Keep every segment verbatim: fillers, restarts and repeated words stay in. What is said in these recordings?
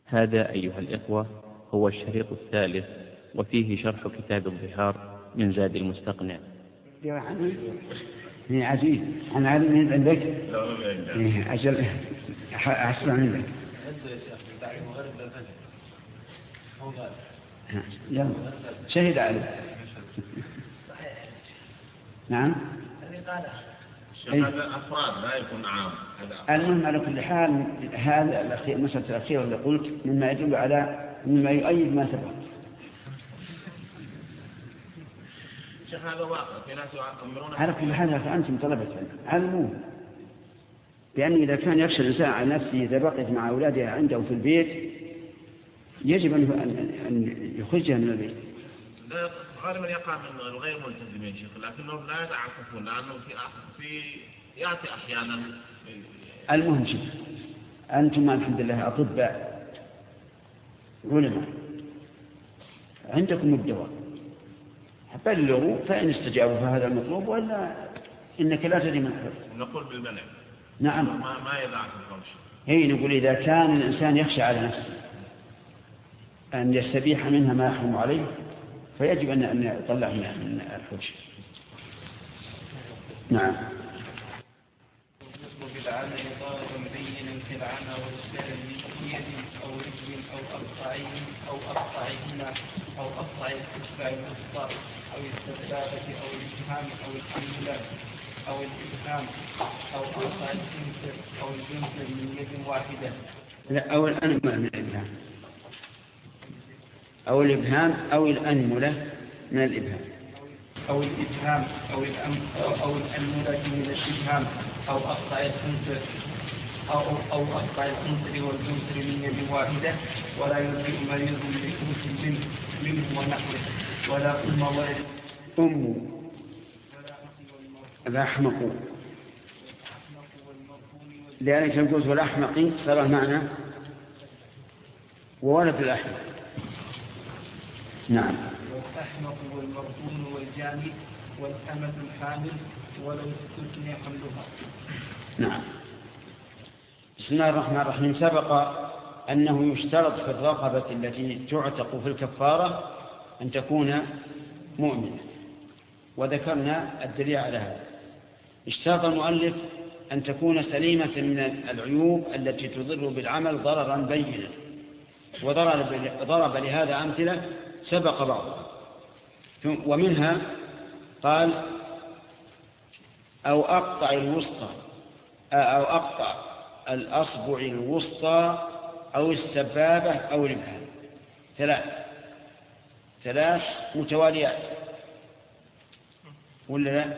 هذا أيها الإخوة هو الشريط الثالث وفيه شرح كتاب الظهار من زاد المستقنع. يا عزيز أنا عارف من عندك أجل أسمع منك. يلا شهد عليه. نعم هذا أفراد لا يكون عام. المهم على كل حال هذا الأخير مسألة الأخيرة اللي قلت مما يدل على مما يؤيد ما سبق. شيخ هذا واقع في ناس يؤمرون على كل حال فأنتم طلبة علم علموه بأن إذا كان يخشى الإنسان على نفسه إذا بقيت مع أولادها عنده في البيت يجب أن يخرجها من البيت. غالبا يقع من الغير ملتزمين شيخ لكنهم لا يتعففون لأنه في في يأتي أحيانا. المهم شيخ أنتم الحمد لله أطباء علماء عندكم الدواء بلغوا فإن استجابوا فهذا المطلوب ولا إنك لا تدري من حفظ. نقول بالمنع. نعم ما ما يدعك الفرش. هي نقول إذا كان الإنسان يخشى على نفسه أن يستبيح منها ما يحرم عليه فيجب أن يطلع من الفرش. نعم. بالعمل ضارب مبين في العمى والسلم من يد أو رجل أو أقطعين أو أقطعهما أو أقطع الكفة الوسطى أو السبابة أو الإبهام أو الأنملة أو الإبهام أو أقطع الجنس أو الجنس من يد واحدة. لا أو الأنملة من الإبهام أو الإبهام أو الأنملة من الإبهام أو الإبهام أو أو الأنملة من الإبهام أو أقطع الخنصر أو أو أقطع الخنصر والجنصر من يد واحدة ولا يجزئ مريض بخمس الجنس منه ونحوه ولا أم ولد أم الأحمق لأنك تقول والأحمق صار المعنى وولد الأحمق. نعم. والأحمق والمرهون والجاني والأمة الحامل ولو استثني حملها. نعم. بسم الله الرحمن الرحيم. سبق أنه يشترط في الرقبة التي تعتق في الكفارة أن تكون مؤمنة وذكرنا الدليل على هذا. اشترط المؤلف أن تكون سليمة من العيوب التي تضر بالعمل ضررا بينا وضرب لهذا أمثلة سبق بعضها ومنها قال أو أقطع الوسطى أو أقطع الأصبع الوسطى أو السبابة أو الإبهام. ثلاث ثلاث متواليات ولا لا؟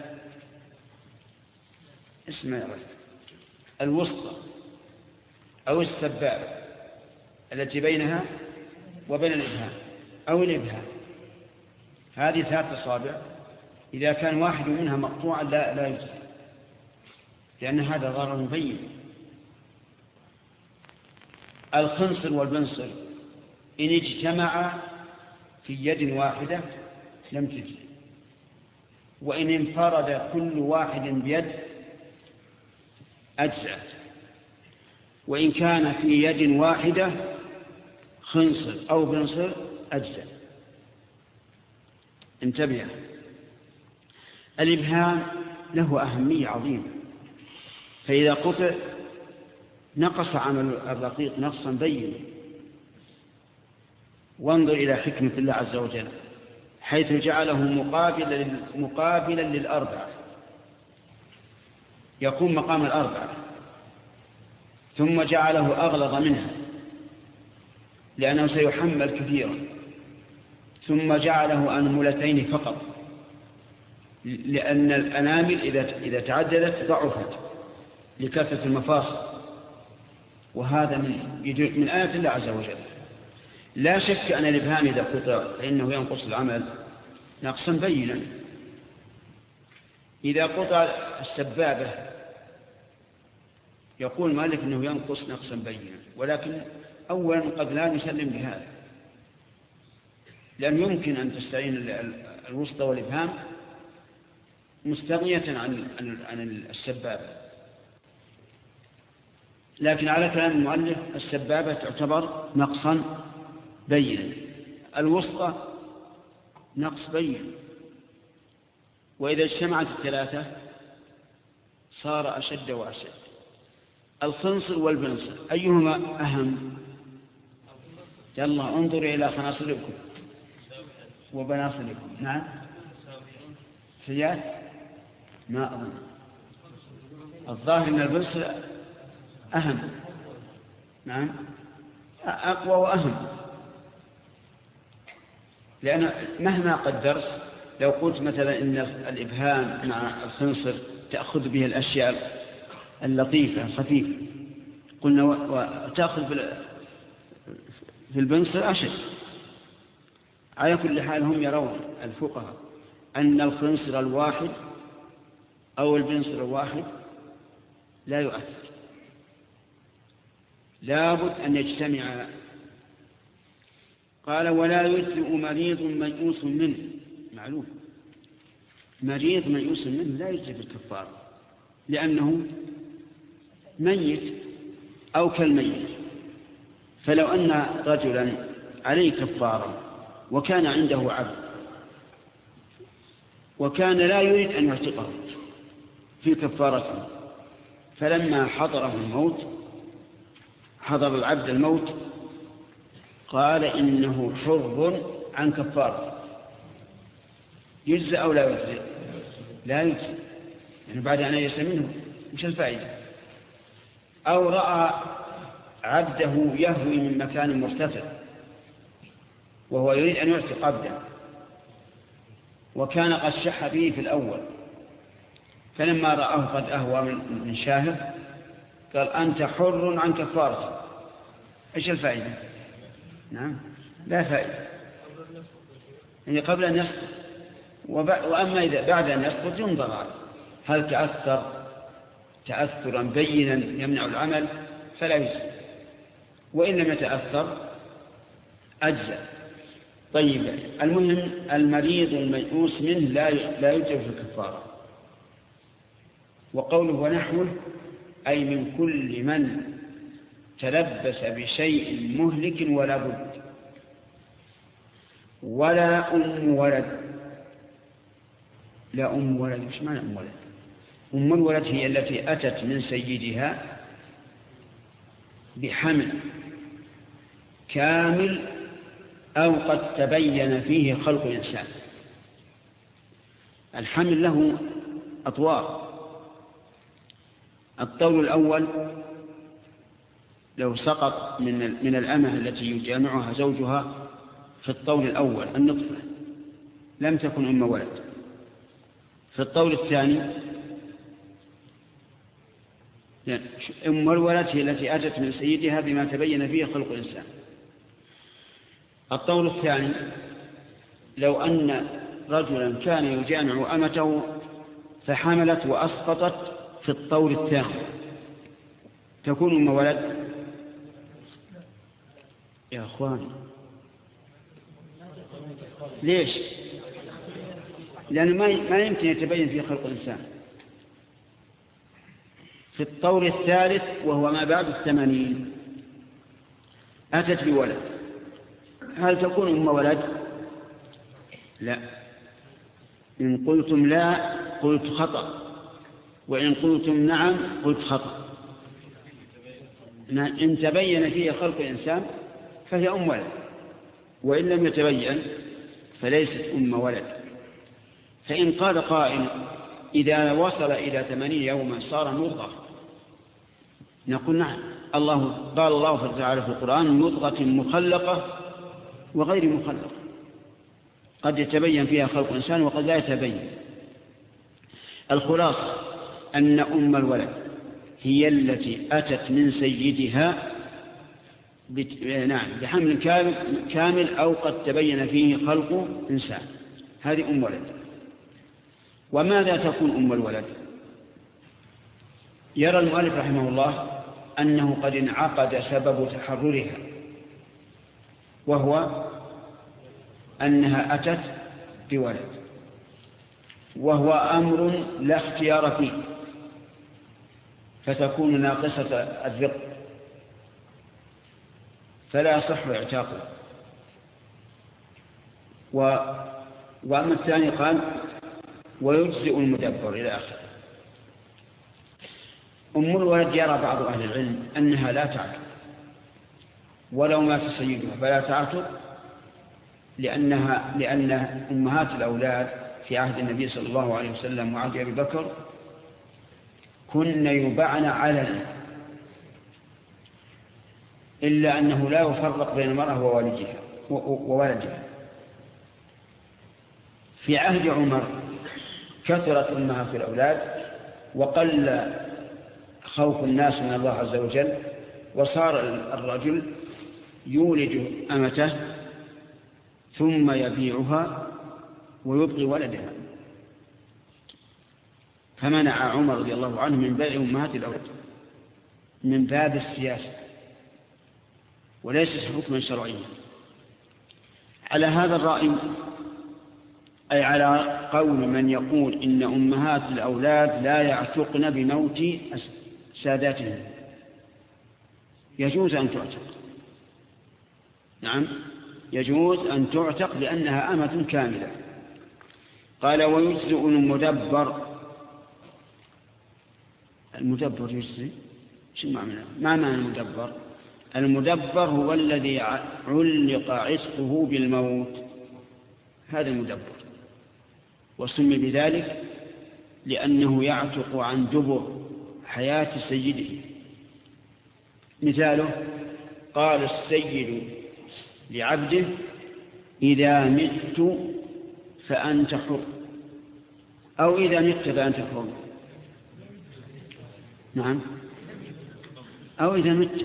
اسمع يا رجل. الوسطى أو السبابة التي بينها وبين الإبهام أو الإبهام هذه ثلاث أصابع إذا كان واحد منها مقطوعا لا لا يجزي لأن هذا ضرر مبين. الخنصر والبنصر إن اجتمعا في يد واحدة لم تجزي وإن انفرد كل واحد بيد أجزأت وإن كان في يد واحدة خنصر أو بنصر أجزأ. انتبه. الإبهام له أهمية عظيمة فإذا قطع نقص عمل الرقيق نقصا بينا. وانظر إلى حكمة الله عز وجل حيث جعله مقابلا مقابلا للأربعة يقوم مقام الأربعة ثم جعله أغلظ منها لأنه سيحمل كثيرا ثم جعله أنملتين فقط لأن الأنامل إذا إذا تعددت ضعفت لكثرة المفاصل وهذا من من آيات الله عز وجل. لا شك أن الإبهام إذا قطع فإنه ينقص العمل نقصا بينا. إذا قطع السبابة يقول مالك أنه ينقص نقصا بينا ولكن أولا قد لا نسلم بهذا لأن يمكن أن تستعين الوسطى والإبهام مستغنية عن عن السبابة لكن على كلام المؤلف السبابة تعتبر نقصا بينا، الوسطى نقص بين، وإذا اجتمعت الثلاثة صار أشد وأشد. الخنصر والبنصر أيهما أهم؟ يلا انظر إلى خناصركم وبناصركم. نعم سياد ما أظن، الظاهر أن البنصر أهم. نعم أقوى وأهم، لأن مهما قدرت لو قلت مثلا إن الإبهام مع الخنصر تأخذ به الأشياء اللطيفة الخفيفة، قلنا وتأخذ في البنصر أشد. على كل حال هم يرون الفقهاء أن الخنصر الواحد أو البنصر الواحد لا يؤثر، لابد أن يجتمع. قال ولا يجزئ مريض ميؤوس منه، معلوم مريض ميؤوس منه لا يجزئ بالكفارة لأنه ميت أو كالميت. فلو أن رجلا عليه كفارة وكان عنده عبد وكان لا يريد أن يعتقه في كفارته، فلما حضره الموت حضر العبد الموت قال إنه حر عن كفارة، يجزى أو لا يجزى؟ لا يجزى، يعني بعد أن يجزى منه مش الفائدة. أو رأى عبده يهوي من مكان مرتفع وهو يريد أن يعتق عبده وكان قد شح به في الأول، فلما رآه قد أهوى من شاهد قال أنت حر عن كفارة. إيش الفائدة؟ نعم لا فائدة، يعني قبل أن يسقط. وأما إذا بعد أن يسقط ينظر هل تأثر تأثرا بينا يمنع العمل فلا يجزي، وإن لم يتأثر أجزى. طيب المهم المريض الميؤوس منه لا لا يجب في الكفارة. وقوله ونحوه أي من كل من تلبس بشيء مهلك ولا بد. ولا أم ولد، لا أم ولد، مش معنى أم ولد؟ أم الولد هي التي أتت من سيدها بحمل كامل أو قد تبين فيه خلق إنسان. الحمل له أطوار. الطول الأول لو سقط من من الأمة التي يجامعها زوجها في الطول الأول النطفة لم تكن أم ولد. في الطول الثاني يعني أم الولد هي التي أتت من سيدها بما تبين فيه خلق الإنسان. الطول الثاني لو أن رجلا كان يجامع أمته فحملت وأسقطت في الطول الثاني تكون أم ولد. يا أخواني ليش؟ لأنه ما يمكن يتبين فيه خلق الإنسان. في الطور الثالث وهو ما بعد الثمانين أتت بولد، هل تكون أم ولد؟ لا. إن قلتم لا قلت خطأ، وإن قلتم نعم قلت خطأ. إن تبين فيه خلق الإنسان فهي أم ولد، وإن لم يتبين فليست أم ولد. فإن قال قائل إذا وصل إلى ثمانين يوما صار مضغة، نقول نعم. الله قال الله تعالى في القرآن مضغة مخلقة وغير مخلقة، قد يتبين فيها خلق الإنسان وقد لا يتبين. الخلاصة أن أم الولد هي التي أتت من سيدها بت... نعم بحمل كامل... كامل أو قد تبين فيه خلق إنسان، هذه أم ولد. وماذا تكون أم الولد؟ يرى المؤلف رحمه الله أنه قد انعقد سبب تحررها، وهو أنها أتت بولد، وهو أمر لا اختيار فيه، فتكون ناقصة الرق فلا يصح اعتاقه. و... وأما الثاني قال ويجزئ المدبر إلى آخره. أم الولد يرى بعض أهل العلم أنها لا تعتق ولو مات سيدها فلا تعتق، لأنها لأن أمهات الأولاد في عهد النبي صلى الله عليه وسلم وعهد أبي بكر كن يباعن علنا، إلا أنه لا يفرق بين المرأة ووالدها وولدها. في عهد عمر كثرت أمهات الأولاد وقل خوف الناس من الله عز وجل، وصار الرجل يولد أمته ثم يبيعها ويبقي ولدها، فمنع عمر رضي الله عنه من بيع أمهات الأولاد من باب السياسة وليس حكما شرعيا. على هذا الرأي، أي على قول من يقول إن أمهات الأولاد لا يعتقن بموت ساداتهم، يجوز أن تعتق. نعم يجوز أن تعتق لأنها أمة كاملة. قال ويجزئ المدبر. المدبر يجزئ شو معنى؟ ما معنى المدبر؟ المدبر هو الذي علق عتقه بالموت، هذا المدبر، وسمي بذلك لأنه يعتق عن دبر حياة سيده. مثاله قال السيد لعبده إذا مت فأنت حر، أو إذا مت فأنت حر. نعم أو إذا مت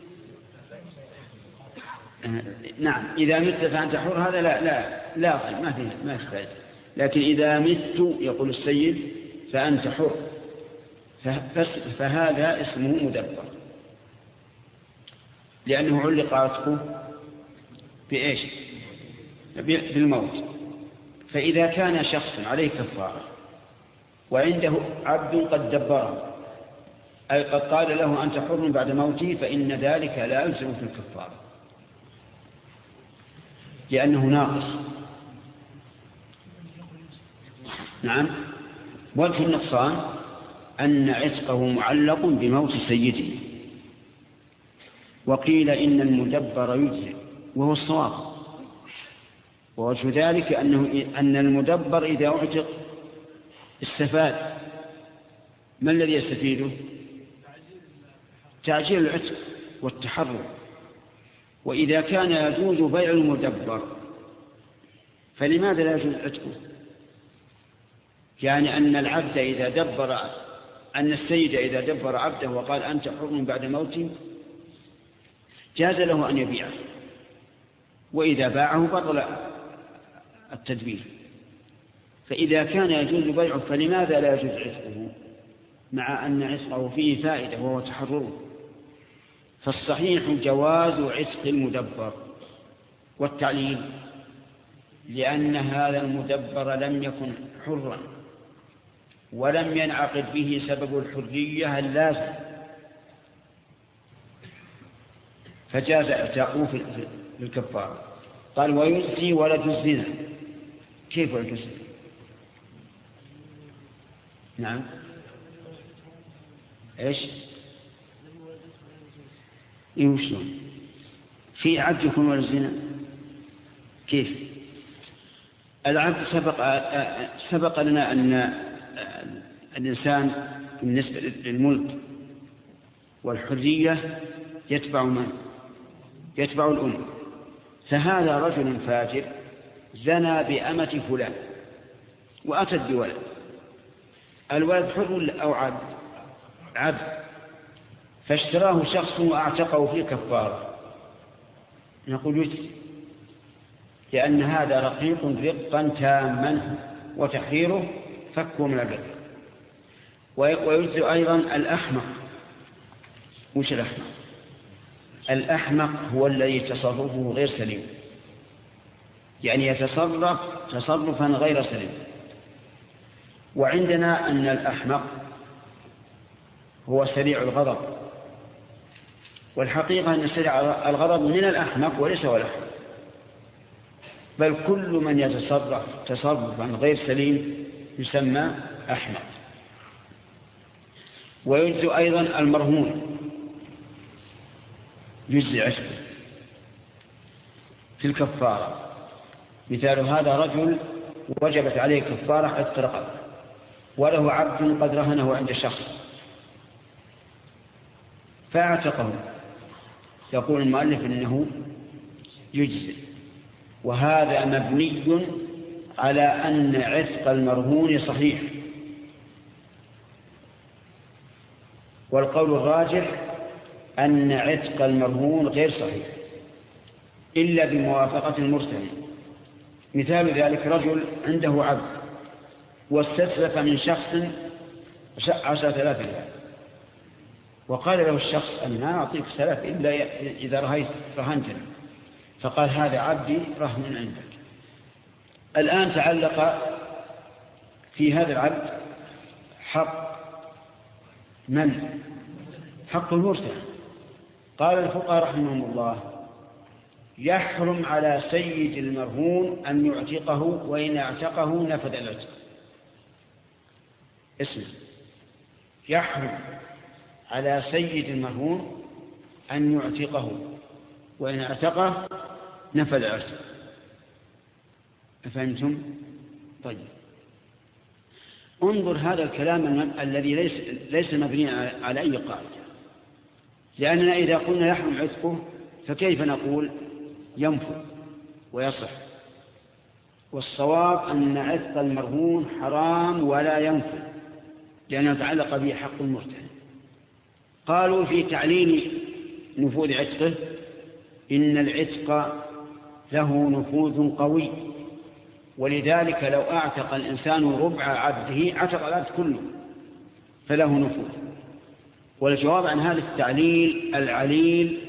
نعم إذا مت فأنت حر، هذا لا لا لا ما فيه ما يحتاج. لكن إذا مت يقول السيد فأنت حر، فهذا اسمه مدبر لأنه علق عتقه بإيش؟ بالموت. فإذا كان شخص عليه كفارة وعنده عبد قد دبره، أي قد قال له أنت حر بعد موته، فإن ذلك لا يلزم في الكفارة لأنه ناقص. نعم وجه النقصان أن عتقه معلق بموت سيده. وقيل إن المدبر يجزئ وهو الصواب، ووجه ذلك أنه أن المدبر إذا أعتق استفاد. ما الذي يستفيده؟ تعجيل العتق والتحرر. وإذا كان يجوز بيع المدبر فلماذا لا يجوز عتقه؟ يعني أن العبد إذا دبر أن السيد إذا دبر عبده وقال أنت حر بعد موتي جاز له أن يبيعه، وإذا باعه بطل التدبير. فإذا كان يجوز بيعه فلماذا لا يجوز عتقه مع أن عتقه فيه فائدة وهو تحرره؟ فالصحيح جواز عتق المدبر. والتعليل لأن هذا المدبر لم يكن حرا ولم ينعقد به سبب الحرية اللازم، فجاز اعتاقه في الكفارة. قال ويجزي ولد الزنا. كيف ولد الزنا؟ نعم ايش يوشون في عبد يكون ولد الزنا؟ كيف؟ العبد سبق سبق لنا أن الإنسان بالنسبة للملك والحرية يتبع من؟ يتبع الأم. فهذا رجل فاجر زنى بأمة فلان وأتت بولد. الولد حر أو عبد؟ عبد. فاشتراه شخص وأعتقه في كفارة، نقول يجزي، لأن هذا رقيق رقا تاما وتحريره فكه من الرق. ويجزي أيضا الأحمق. وش الأحمق؟ الأحمق هو الذي تصرفه غير سليم، يعني يتصرف تصرفا غير سليم. وعندنا أن الأحمق هو سريع الغضب، والحقيقة أن سريع الغضب من الأحمق وليس هو الأحمق، بل كل من يتصرف تصرفا غير سليم يسمى أحمق. ويجزئ أيضا المرهون، يجزئ عشقه في الكفارة. مثال هذا رجل وجبت عليه كفارة عتق رقبة، وله عبد قد رهنه عند شخص فاعتقه، يقول المؤلف إنه يجزئ، وهذا مبني على أن عتق المرهون صحيح. والقول الراجح أن عتق المرهون غير صحيح إلا بموافقة المرسل. مثال ذلك رجل عنده عبد واستسلف من شخص عشرة آلاف ريال، وقال له الشخص أنا ما أعطيك سلف إلا إذا رهيت رهنتني، فقال هذا عبدي رهن عندك. الآن تعلق في هذا العبد حق من؟ حق المرسل. قال الفقهاء رحمهم الله يحرم على سيد المرهون أن يعتقه، وإن اعتقه نفذ العتق. اسمه يحرم على سيد المرهون أن يعتقه، وإن اعتقه نفذ العتق. أفهمتم؟ طيب، انظر هذا الكلام الذي ليس ليس مبنيا على أي قاعدة، لأننا إذا قلنا يحرم عتقه فكيف نقول ينفذ ويصح؟ والصواب أن عتق المرهون حرام ولا ينفذ، لأنه يتعلق به حق المرتهن. قالوا في تعليل نفوذ عتقه إن العتق له نفوذ قوي، ولذلك لو أعتق الإنسان ربع عبده عتق العبد كله فله نفوذ. والجواب عن هذا التعليل العليل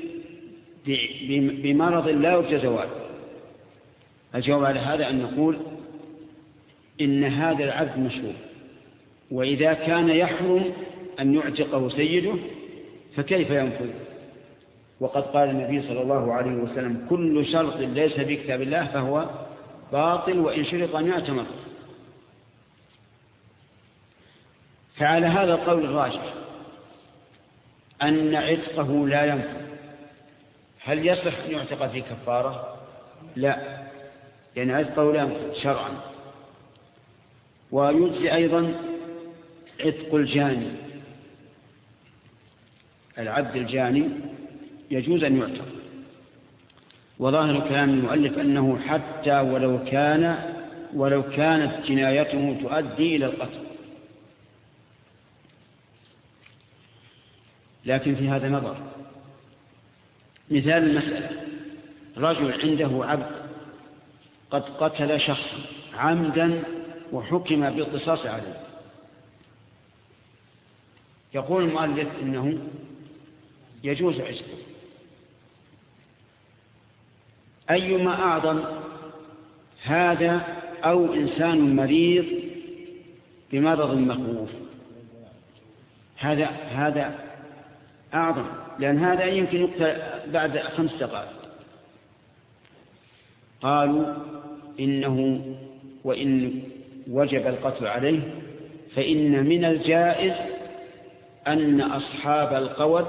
بمرض لا يرجى زواله، الجواب على هذا أن نقول إن هذا العبد مشروع، وإذا كان يحرم أن يعتقه سيده فكيف ينفذ؟ وقد قال النبي صلى الله عليه وسلم كل شرط ليس في كتاب الله فهو باطل وإن شرط مئة مرة. فعلى هذا القول الراجح أن عتقه لا ينفذ. هل يصح أن يعتق في كفارة؟ لا، لأن عتقه لا ينفذ شرعا. ويجزي أيضا عتق الجاني، العبد الجاني يجوز أن يعتق. وظاهر كلام المؤلف أنه حتى ولو كان ولو كانت جنايته تؤدي إلى القتل. لكن في هذا نظر. مثال المسألة رجل عنده عبد قد قتل شخصا عمدا وحكم بالقصاص عليه، يقول المؤلف إنه يجوز عتقه. أيما أعظم، هذا أو إنسان مريض بمرض مخوف؟ هذا هذا أعظم، لأن هذا يمكن يقتل بعد خمس دقائق. قالوا إنه وإن وجب القتل عليه فإن من الجائز أن أصحاب القود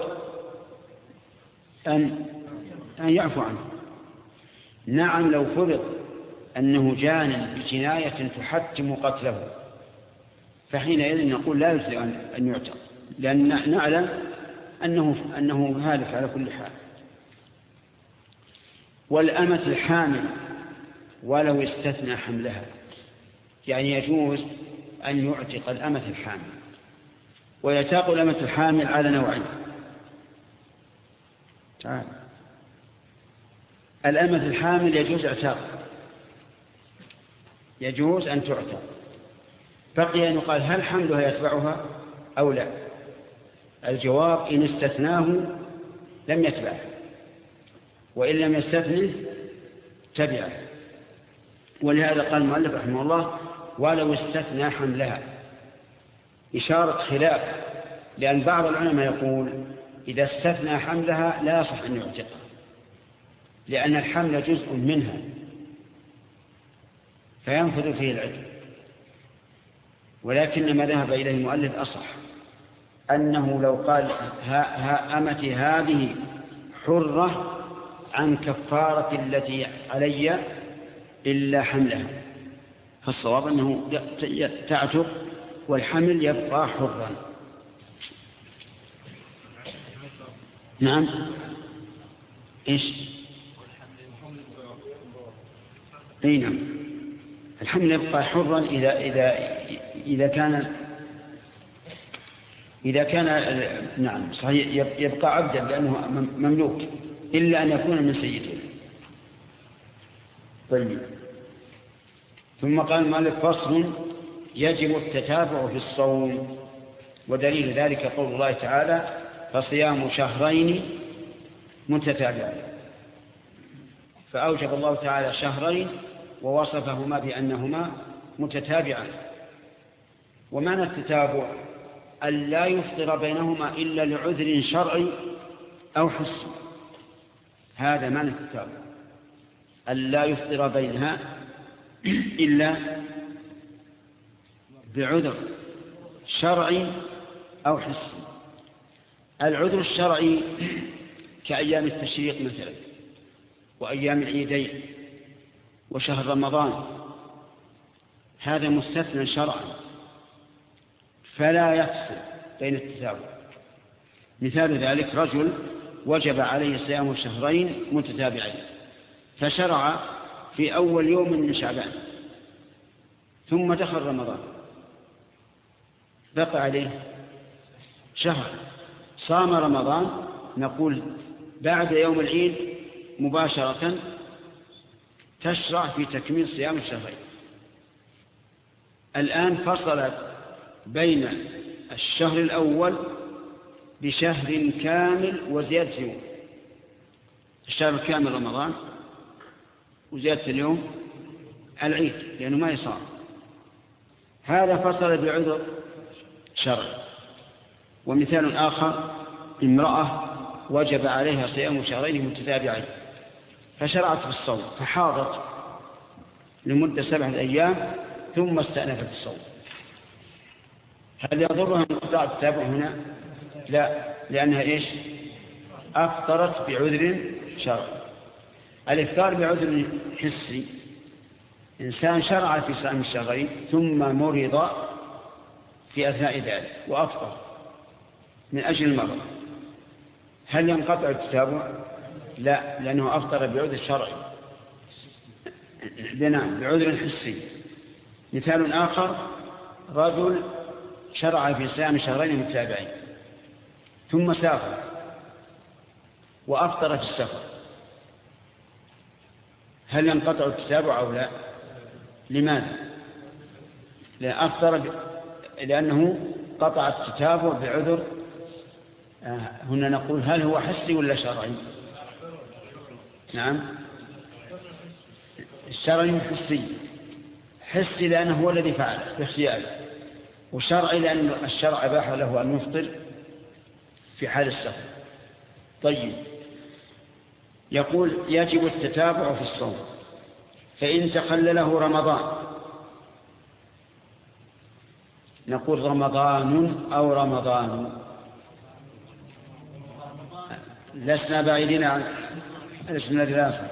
أن أن يعفو عنه. نعم، لو فرض أنه جان بجناية تحتم قتله فحينئذ نقول لا يجوز أن يعتق، لأن نعلم أنه أنه هالك على كل حال. والأمة الحامل ولو استثنى حملها، يعني يجوز أن يعتق الأمة الحامل. ويتاق الأمة الحامل على نوعين. تعال. الأمة الحامل يجوز اعتاق، يجوز أن تعتق. بقي أن يقال هل حملها يتبعها أو لا؟ الجواب إن استثناه لم يتبعه، وإن لم يستثنه تبعه. ولهذا قال المؤلف رحمه الله ولو استثنى حملها، إشارة خلاف لأن بعض العلماء يقول إذا استثنى حملها لا يصح أن يعتقها، لأن الحمل جزء منها فينفذ فيه العتق. ولكن ما ذهب إليه المؤلف أصح، أنه لو قال ها, ها أمتي هذه حرة عن كفارة التي علي إلا حملها، فالصواب أنه تعتق والحمل يبقى حرا. نعم. إيش؟ أي نعم، الحمل يبقى حرا إذا إذا إذا كان إذا كان نعم صحيح يبقى عبدا لأنه مملوك، إلا أن يكون من سيده. طيب. ثم قال المؤلف فصل: يجب التتابع في الصوم، ودليل ذلك قول الله تعالى: فصيام شهرين متتابعين. فأوجب الله تعالى شهرين ووصفهما بأنهما متتابعان. ومعنى التتابع أن لا يفطر بينهما إلا لعذر شرعي أو حسي، هذا معنى التتابع، أن لا يفطر بينها إلا بعذر شرعي أو حسي. العذر الشرعي كأيام التشريق مثلا، وأيام العيدين، وشهر رمضان، هذا مستثنى شرعا فلا يفصل بين التتابع. مثال ذلك: رجل وجب عليه صيام شهرين متتابعين، فشرع في أول يوم من شعبان، ثم دخل رمضان، بقى عليه شهر، صام رمضان، نقول بعد يوم العيد مباشرة تشرع في تكميل صيام الشهرين. الآن فصلت بين الشهر الأول بشهر كامل وزيادة يوم، الشهر الكامل رمضان وزيادة اليوم العيد لأنه ما يصام، هذا فصل بعذر شرعي. ومثال آخر: امرأة وجب عليها صيام شهرين متتابعين فشرعت في الصوم فحاضت لمدة سبعة أيام ثم استأنفت الصوم، هل يضرها انقطاع التتابع هنا؟ لا، لأنها إيش؟ أفطرت بعذر شرعي. الإفطار بعذر حسي: إنسان شرع في صيام الشهرين ثم مرض في أثناء ذلك وأفطر من أجل المرض، هل ينقطع التتابع؟ لا، لأنه أفطر بعذر شرعي، نعم بعذر حسي. مثال آخر: رجل شرع في صيام شهرين متتابعين ثم سافر وأفطر في السفر، هل ينقطع التتابع أو لا؟ لماذا؟ لأن أفطر ب... لأنه قطع التتابع بعذر. آه هنا نقول هل هو حسي ولا شرعي؟ نعم، الشرعي حسي. حسي لأنه هو الذي فعل باختياره، وشرعي لأن الشرع أباح له أن يفطر في حال السفر. طيب، يقول: يجب التتابع في الصوم، فإن تخلله رمضان، نقول رمضان أو رمضان، لسنا بعيدين عن الاسم الثلاثة.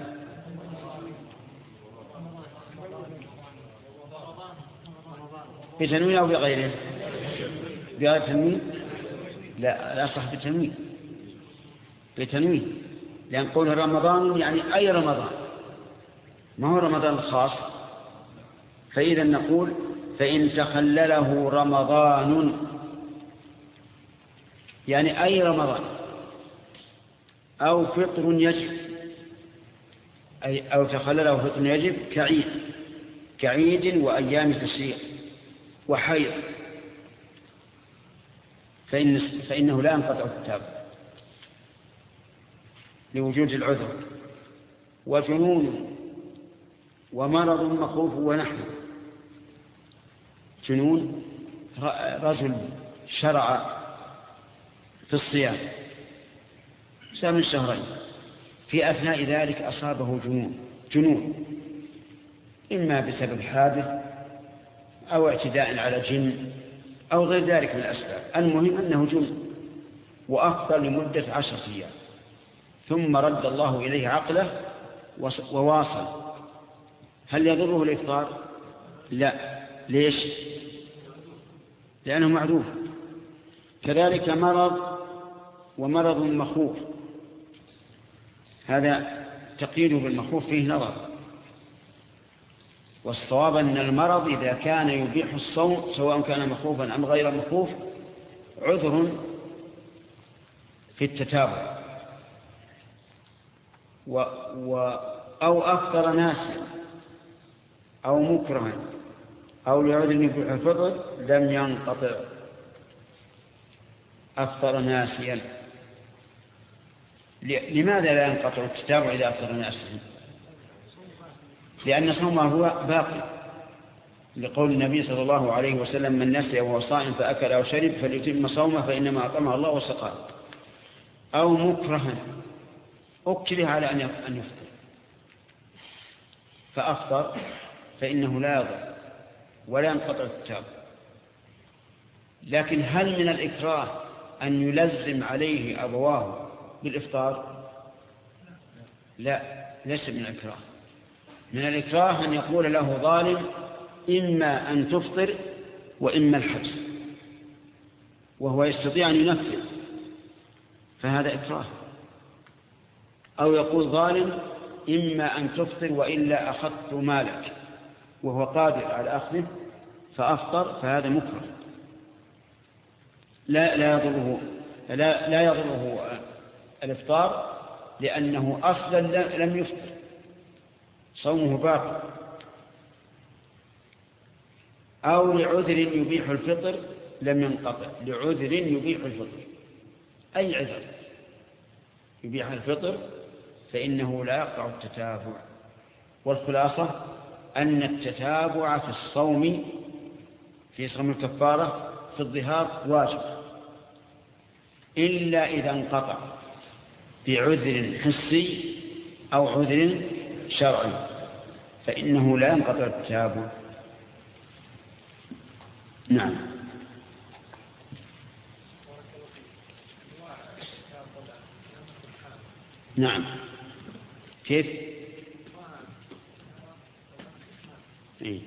بتنوين أو بغيره؟ بغير تنوين؟ لا، لا صح بتنوين، بتنوين، لأن قوله رمضان يعني أي رمضان، ما هو رمضان الخاص. فإذا نقول: فإن تخلله رمضان، يعني أي رمضان، أو فطر يجب، أي أو تخلله فطر يجب كعيد كعيد وأيام تشريق وحيض، فإن فإنه لا ينقطع التتابع لوجود العذر. وجنون ومرض مخوف ونحوه: جنون، رجل شرع في الصيام صام من شهرين، في أثناء ذلك أصابه جنون جنون إما بسبب حادث أو اعتداء على جن أو غير ذلك من الأسباب، المهم أنه جنون وأفطر لمدة عشرة أيام، ثم رد الله إليه عقله وواصل. هل يضره الإفطار؟ لا. ليش؟ لأنه معذور. كذلك مرض ومرض مخوف، هذا تقييده بالمخوف فيه نظر، والصواب أن المرض إذا كان يبيح الصوم سواء كان مخوفا أم غير مخوف عذر في التتابع، و و أو أفطر ناسيا أو مكرها أو لعذر يبيح الفطر لم ينقطع. أفطر ناسيا، لماذا لا ينقطع التتابع إذا أفطر ناسيا؟ لأن صومه هو باقي، لقول النبي صلى الله عليه وسلم: من نسي وهو صائم فأكل أو شرب فليتم صومه فإنما أطعمه الله وسقاه. أو مكرها أكره على أن يفطر فأفطر فإنه لا يضر ولا ينقطع التتابع. لكن هل من الإكراه أن يلزم عليه أبواه بالإفطار؟ لا، ليس من الإكراه. من الإكراه أن يقول له ظالم: إما أن تفطر وإما الحبس، وهو يستطيع أن ينفذ، فهذا إكراه. أو يقول ظالم: إما أن تفطر وإلا أخذت مالك، وهو قادر على أخذه فأفطر، فهذا مكره لا لا يضره لا لا يضره الإفطار، لأنه أصلا لم يفطر، صومه باقي. أو لعذر يبيح الفطر لم ينقطع، لعذر يبيح الفطر، أي عذر يبيح الفطر فإنه لا يقطع التتابع. والخلاصة أن التتابع في الصوم في صوم الكفارة في الظهار واجب، إلا إذا انقطع بعذر حسي أو عذر شرعي فإنه لا ينقطع التتابع. نعم. نعم. كيف؟ إيه؟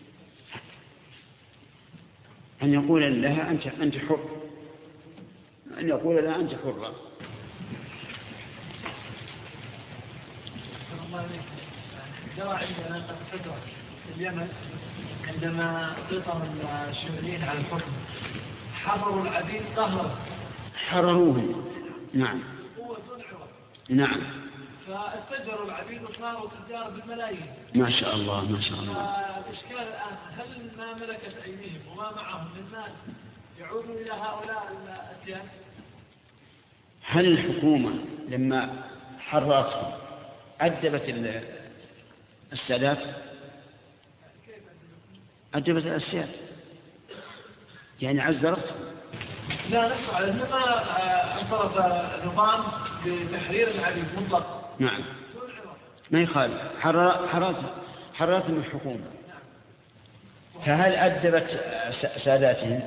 أن يقول لها أنت أنت حر، أن يقول لها أنت حرة. جرى عندنا قد فترة في اليمن عندما سيطر الشيوعيين على الحكم حرروا العبيد قهرا، حرروهم. نعم. هو دون عوض. نعم. فاستجروا العبيد وصاروا تجار بالملايين. ما شاء الله ما شاء الله. فالإشكال الآن هل ما ملكت أيديهم وما معهم من مال يعودوا إلى هؤلاء الأتيان؟ هل الحكومة لما حررتهم أدبت السادات؟ أدبت السياد يعني عزرتهم؟ لا نفس على ما انصرف النظام بتحرير العبيد مطلق. نعم ما يخالف، حرر حررت حررتهم الحكومة. فهل أدبت ساداتهم؟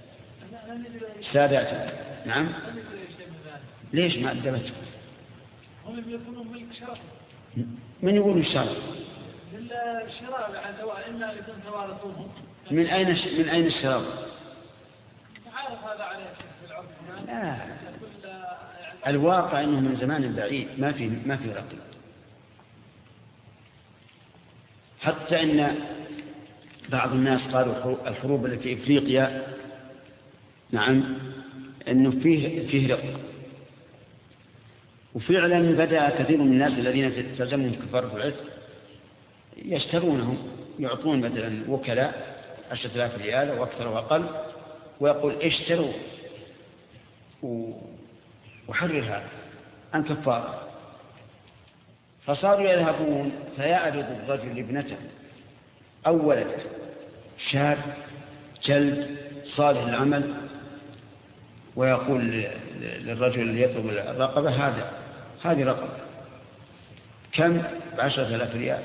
ساداتهم نعم. ليش ما أدبتهم؟ هم يكونون ملك شرف. من يقول الشرف؟ للشراء عن دواء إما يكون توارثوهم. من أين من أين الشرف؟ تعرف هذا عليه في العرف. لا. الواقع أنه من زمان بعيد ما في ما في رقيب. حتى أن بعض الناس قالوا الحروب التي في إفريقيا نعم أنه فيه فيه رق، وفعلا بدأ كثير من الناس الذين تلزمهم كفارة العتق يشترونهم، يعطون مثلا وكلاء عشرة آلاف ريال وأكثر وأقل، ويقول اشتروا وحرر هذا عن كفارة. فصاروا يذهبون فيعرض الرجل ابنته أو ولده شاب جلد صالح العمل، ويقول للرجل اللي يطلب الرقبة هذا هذه رقبة كم؟ بعشرة آلاف ريال.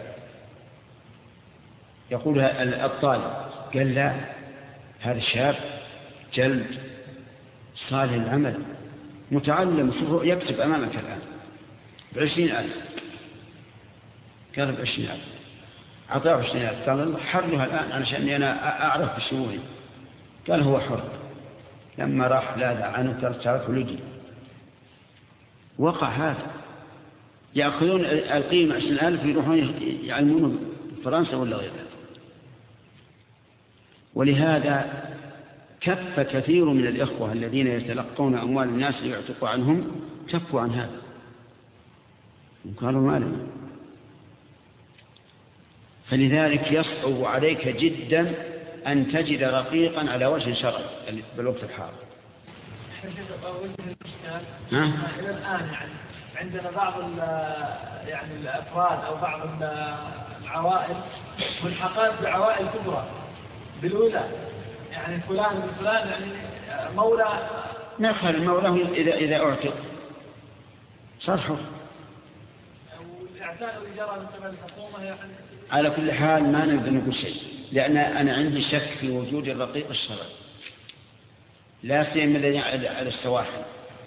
يقول الطالب قال لا، هذا شاب جلد صالح العمل متعلم يكتب أمامك الآن بعشرين ألف. قال بعشرين ألف، أعطاه عشرين ألف. قال الله حرها الآن علشان أنا أعرف بشؤوني. قال هو حر. لما راح لا عنه تعرف لجي وقع هذا. يأخذون القيمة عشرين ألف يروحون يعلمونه فرنسا ولا غيرها. ولهذا كف كثير من الإخوة الذين يتلقون أموال الناس ليعتقوا عنهم، كفوا عن هذا وقالوا ما لنا. فلذلك يصعب عليك جدا أن تجد رقيقا على وجه شرعي بالوقت الحاضر. ها؟ إلى الآن يعني عندنا بعض يعني الأفراد أو بعض العوائل ملحقات بعوائل كبرى بالولاء، يعني فلان بفلان يعني مولى نخل مولاه إذا إذا أعتق صار حر. والإعتاق اللي جرى من قبل الحكومة يعني على كل حال ما نقدر نقول شيء، لأن أنا عندي شك في وجود الرقيق الشرعي لا سيما على السواحل.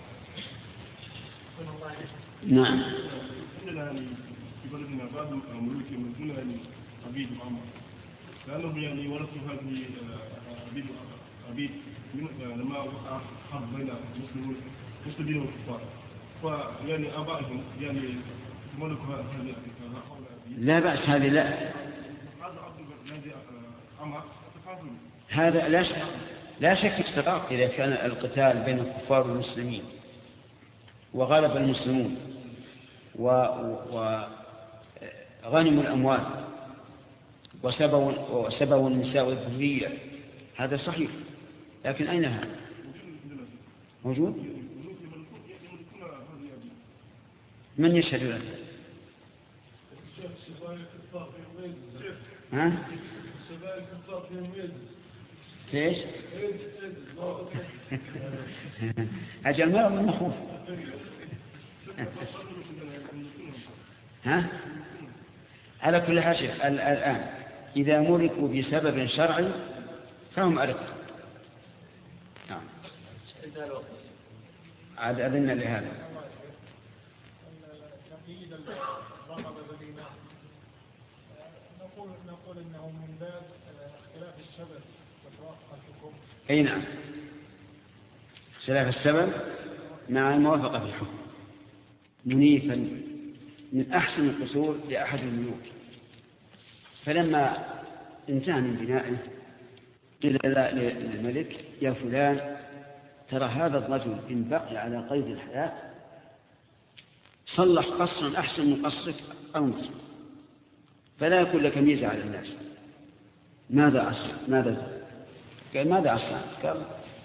نعم. في بلدنا بعض الملوك يملكون يعني عبيد وعمر، لأنهم يعني ورثوا هذه عبيد عبيد لما وقع حرب بين المسلمين المسلمين والكفار، فيعني آبائهم يعني يملكوا هذه لا بأس هذه لا هذا لا شك لا شك استطاع إذا كان القتال بين الكفار والمسلمين وغلب المسلمون وغنموا الأموال وسبوا وسبوا النساء والذرية، هذا صحيح. لكن أين هذا موجود؟ من يشهد له؟ ها؟ ليش؟ أجل ما من مخوف. ها؟ على كل حال الآن إذا ملكوا بسبب شرعي فهم أرق. نعم. عاد أذن لهذا. نقول نقول إنه من باب اختلاف السبب وتوافق الحكم. أي نعم. اختلاف السبب مع الموافقة في الحكم. منيفا من أحسن القصور لأحد الملوك، فلما انتهى من بنائه قيل للملك يا فلان ترى هذا الرجل إن بقي على قيد الحياة صلح قصرا أحسن من قصرك أو مصر، فلا يكون لك ميزة على الناس. ماذا أصنع؟ ماذا قال ماذا أصنع؟ قال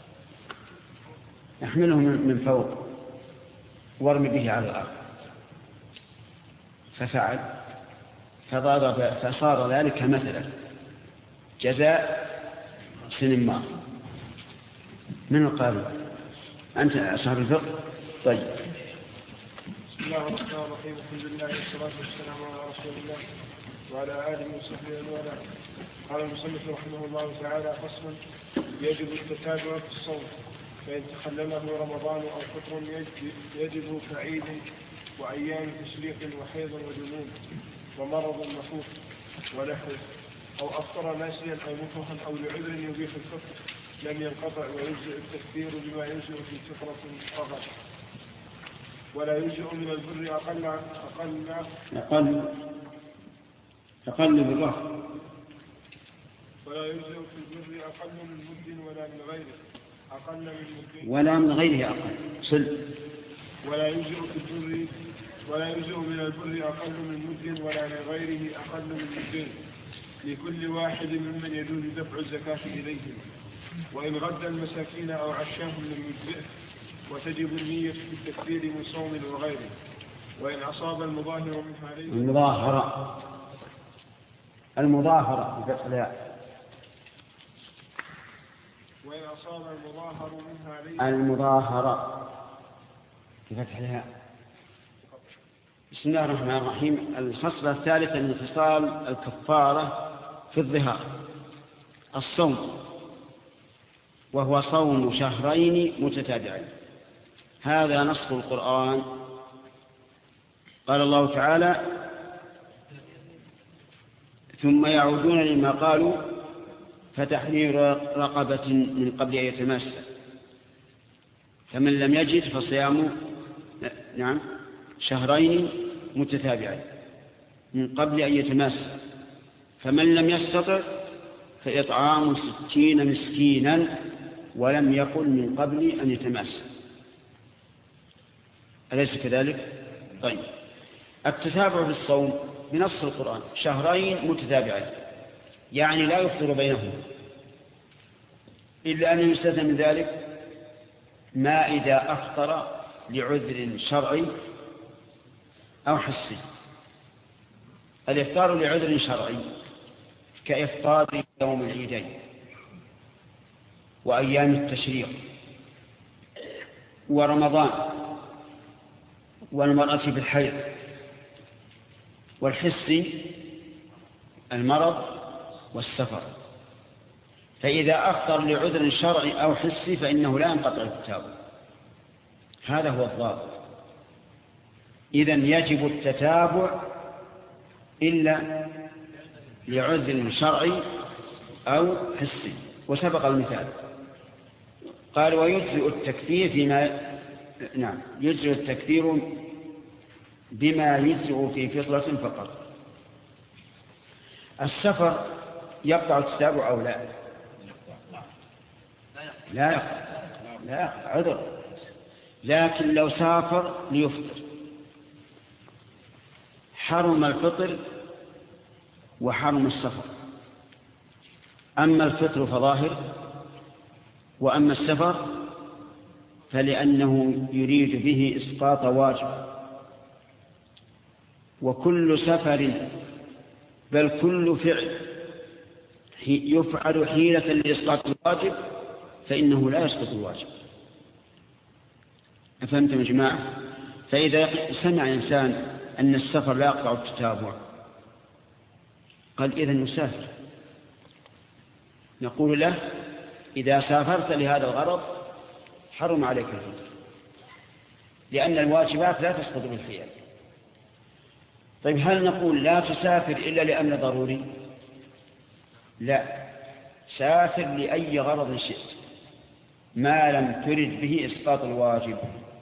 احمله من فوق وارمي به على الأرض. ففعل فضرب فصار ذلك مثلا جزاء سنمار. من القارئ؟ أنت أصحاب الفقه؟ طيب. بسم الله الرحمن الرحيم، الحمد لله والصلاة والسلام على رسول الله وعلى آله وصحبه ومن قال المصنف رحمه الله تعالى: فصل: يجب التتابع في الصوم، فإن تخلله رمضان أو فطر يجب كعيد وأيام تشريق وحيض وجنون ومرض مخوف ونحوه، أو أفطر ناسيا أو مكرها أو لعذر يبيح الفطر لم ينقطع، ويجزئ التكبير بما يجزئ في فطرة فقط، ولا يجزئ من البر أقل أقل أقل أقل بالله، ولا يجزئ في البر أقل من مد ولا من غيره أقل من مد ولا من غيره أقل صل ولا يجزئ في البر ولا يجزئ من البر أقل من مد ولا من غيره أقل من مدين لكل واحد ممن يجوز دفع الزكاة إليهم، وإن غد المساكين أو عشاهم لم يجزئه، وتجب النية في التكبير من صوم وغيره، وإن أصاب المظاهر منها عليه المظاهرة المظاهرة بفتح الياء وإن أصاب المظاهر منها عليه المظاهرة بفتح الهاء. بسم الله الرحمن الرحيم. الخصلة الثالثة من خصال الكفارة في الظهار الصوم، وهو صوم شهرين متتابعين. هذا نص القرآن. قال الله تعالى: ثم يعودون لما قالوا فتحرير رقبة من قبل أن يتماسا، فمن لم يجد فصيام نعم شهرين متتابعين من قبل أن يتماسا، فمن لم يستطع فإطعام ستين مسكينا، ولم يقل من قبل أن يتماسا. أليس كذلك؟ طيب، التتابع في الصوم بنص القرآن شهرين متتابعين، يعني لا يفطر بينهما، إلا أن يستثنى من ذلك ما إذا أفطر لعذر شرعي أو حسي. الإفطار لعذر شرعي كإفطار يوم العيدين وأيام التشريق ورمضان والمرأة بالحيض، والحسي المرض والسفر. فإذا أفطر لعذر شرعي أو حسي فإنه لا ينقطع التتابع. هذا هو الضابط. إذن يجب التتابع إلا لعذر شرعي أو حسي، وسبق المثال. قال: ويجزئ التكفير فيما نعم يجزئ التكفير بما يجزئ في فطرة فقط. السفر يقطع التتابع أو لا؟ لا يقطع، لا يقطع عذر، لكن لو سافر ليفطر حرم الفطر وحرم السفر. أما الفطر فظاهر، وأما السفر فلأنه يريد به إسقاط واجب. وكل سفر بل كل فعل يفعل حيلة لإسقاط الواجب فإنه لا يسقط الواجب. أفهمتم يا جماعة؟ فإذا سمع إنسان أن السفر لا يقطع التتابع قال: إذن يسافر. نقول له: إذا سافرت لهذا الغرض حرم عليك الفطر، لأن الواجبات لا تسقط بالخيار. طيب، هل نقول لا تسافر إلا لأمر ضروري؟ لا، سافر لأي غرض شئت ما لم ترد به إسقاط الواجب.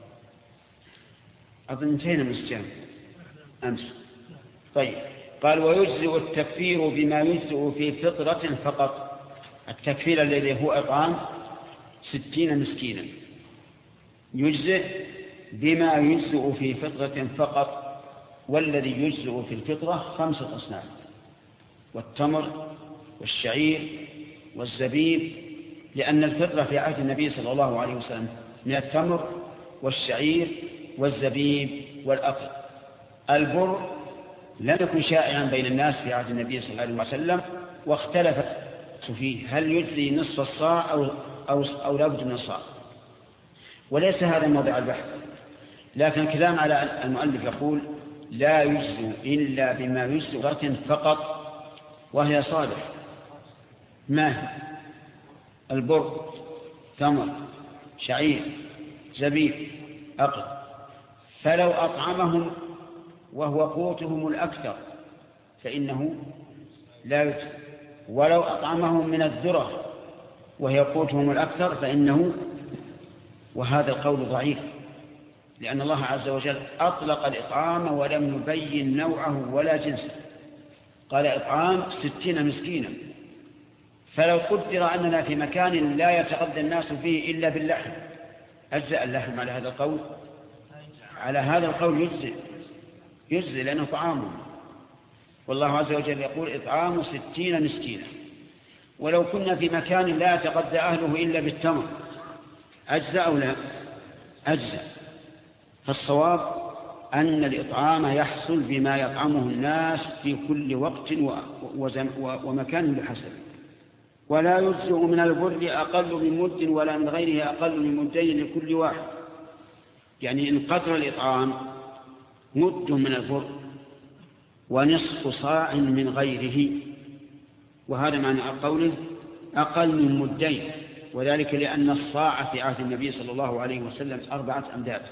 أظن انتهينا من الصيام أمس. طيب، قال: ويجزئ التكفير بما يجزئ في فطرة فقط. التكفير الذي هو إطعام ستين مسكينا يجزئ بما يجزئ في فطرة فقط، والذي يجزئ في الفطرة خمسة أصناف: والتمر والشعير والزبيب، لأن الفطرة في عهد النبي صلى الله عليه وسلم من التمر والشعير والزبيب والأقل. البر لم يكن شائعا بين الناس في عهد النبي صلى الله عليه وسلم، واختلف فيه هل يجزي نصف الصاع أو, أو, أو لابد من الصاع، وليس هذا موضع البحث. لكن الكلام على المؤلف يقول: لا يجزي إلا بما يجزي فقط، وهي صالح. ما هي؟ البر، تمر، شعير، زبيب، أقل. فلو أطعمهم وهو قوتهم الأكثر فإنه لا يجزي، ولو أطعمهم من الذرة وهي قوتهم الأكثر فإنه، وهذا القول ضعيف، لأن الله عز وجل أطلق الإطعام ولم يبين نوعه ولا جنسه. قال: إطعام ستين مسكينا. فلو قدر أننا في مكان لا يتغذى الناس فيه إلا باللحم أجزأ اللحم على هذا القول؟ على هذا القول يجزئ يجزئ لأنه طعام، والله عز وجل يقول: إطعام ستين مسكينا. ولو كنا في مكان لا يتغذى أهله إلا بالتمر أجزأ أو لا؟ أجزأ. فالصواب أن الإطعام يحصل بما يطعمه الناس في كل وقت ومكان بحسب. ولا يجزئ من البر أقل من مد، ولا من غيره أقل من مدين لكل واحد. يعني إن قدر الإطعام مد من البر ونصف صاع من غيره، وهذا معنى قوله أقل من مدين، وذلك لأن الصاع في عهد النبي صلى الله عليه وسلم أربعة أمداد،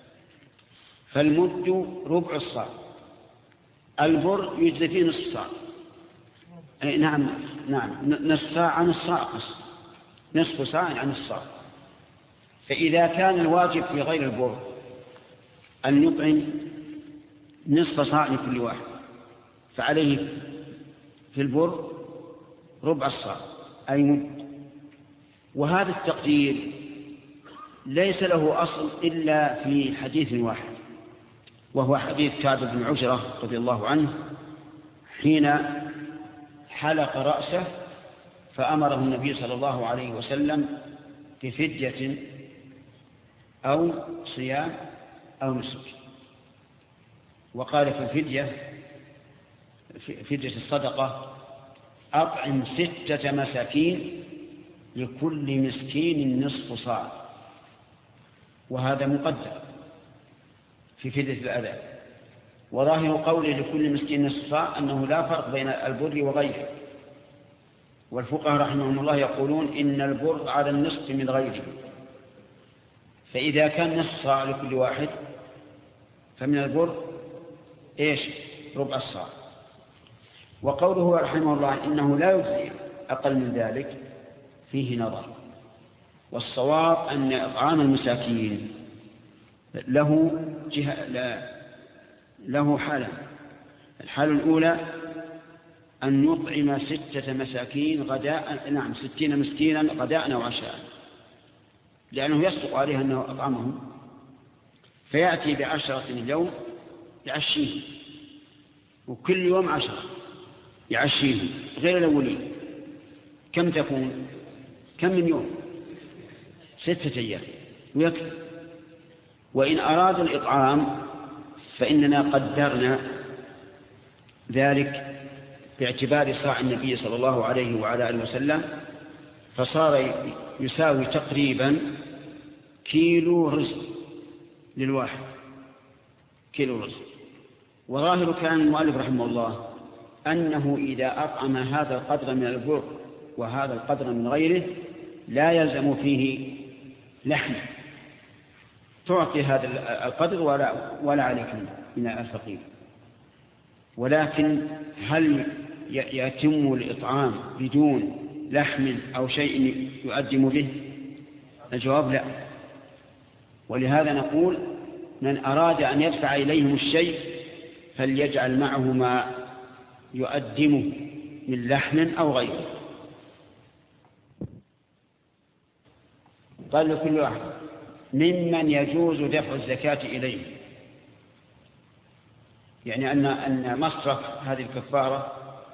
فالمد ربع الصاع، البر يجزي فيه نصف صاع. نعم نعم نصف صاع عن الصاع، نصف صاع عن الصاع. فإذا كان الواجب في غير البر أن يطعم نصف صاع لكل واحد، فعليه في البر ربع الصاع أي مد. وهذا التقدير ليس له أصل إلا في حديث واحد، وهو حديث كعب بن عجرة رضي الله عنه حين حلق رأسه فأمره النبي صلى الله عليه وسلم بفدية أو صيام أو نسك. وقال في الفدية فدية الصدقة أطعم ستة مساكين لكل مسكين نصف صاع، وهذا مقدر في فدية الأذى. وظاهر قوله لكل مسكين نصف صاع أنه لا فرق بين البر وغيره، والفقهاء رحمهم الله يقولون إن البر على النصف من غيره، فإذا كان نصف صاع لكل واحد فمن البر إيش؟ ربع الصاع. وقوله رحمه الله إنه لا يجزي أقل من ذلك فيه نظر، والصواب أن إطعام المساكين له جهة لا له حالة. الحالة الأولى أن يطعم ستة مساكين غداء، نعم ستين مسكينا غداء أو عشاء، لأنه يصدق عليه أنه أطعمهم، فيأتي بعشرة اليوم يعشيه، وكل يوم عشرة يعشيه غير الأولين. كم تكون؟ كم من يوم؟ ستة أيام ويكفي. وإن أراد الإطعام فإننا قدرنا ذلك باعتبار صاع النبي صلى الله عليه وعلى آله وسلم، فصار يساوي تقريبا كيلو رزق للواحد، كيلو رزق. وظاهر كلام المؤلف رحمه الله أنه إذا أطعم هذا القدر من البر وهذا القدر من غيره لا يلزم فيه لحم، تعطي هذا القدر ولا, ولا عليك من الفقير. ولكن هل يتم الإطعام بدون لحم أو شيء يؤدم به؟ الجواب لا. ولهذا نقول من أراد أن يدفع إليهم الشيء فليجعل معه ما يؤدمه من لحم أو غيره. قال لكل واحد ممن يجوز دفع الزكاة إليه، يعني أن أن مصرف هذه الكفارة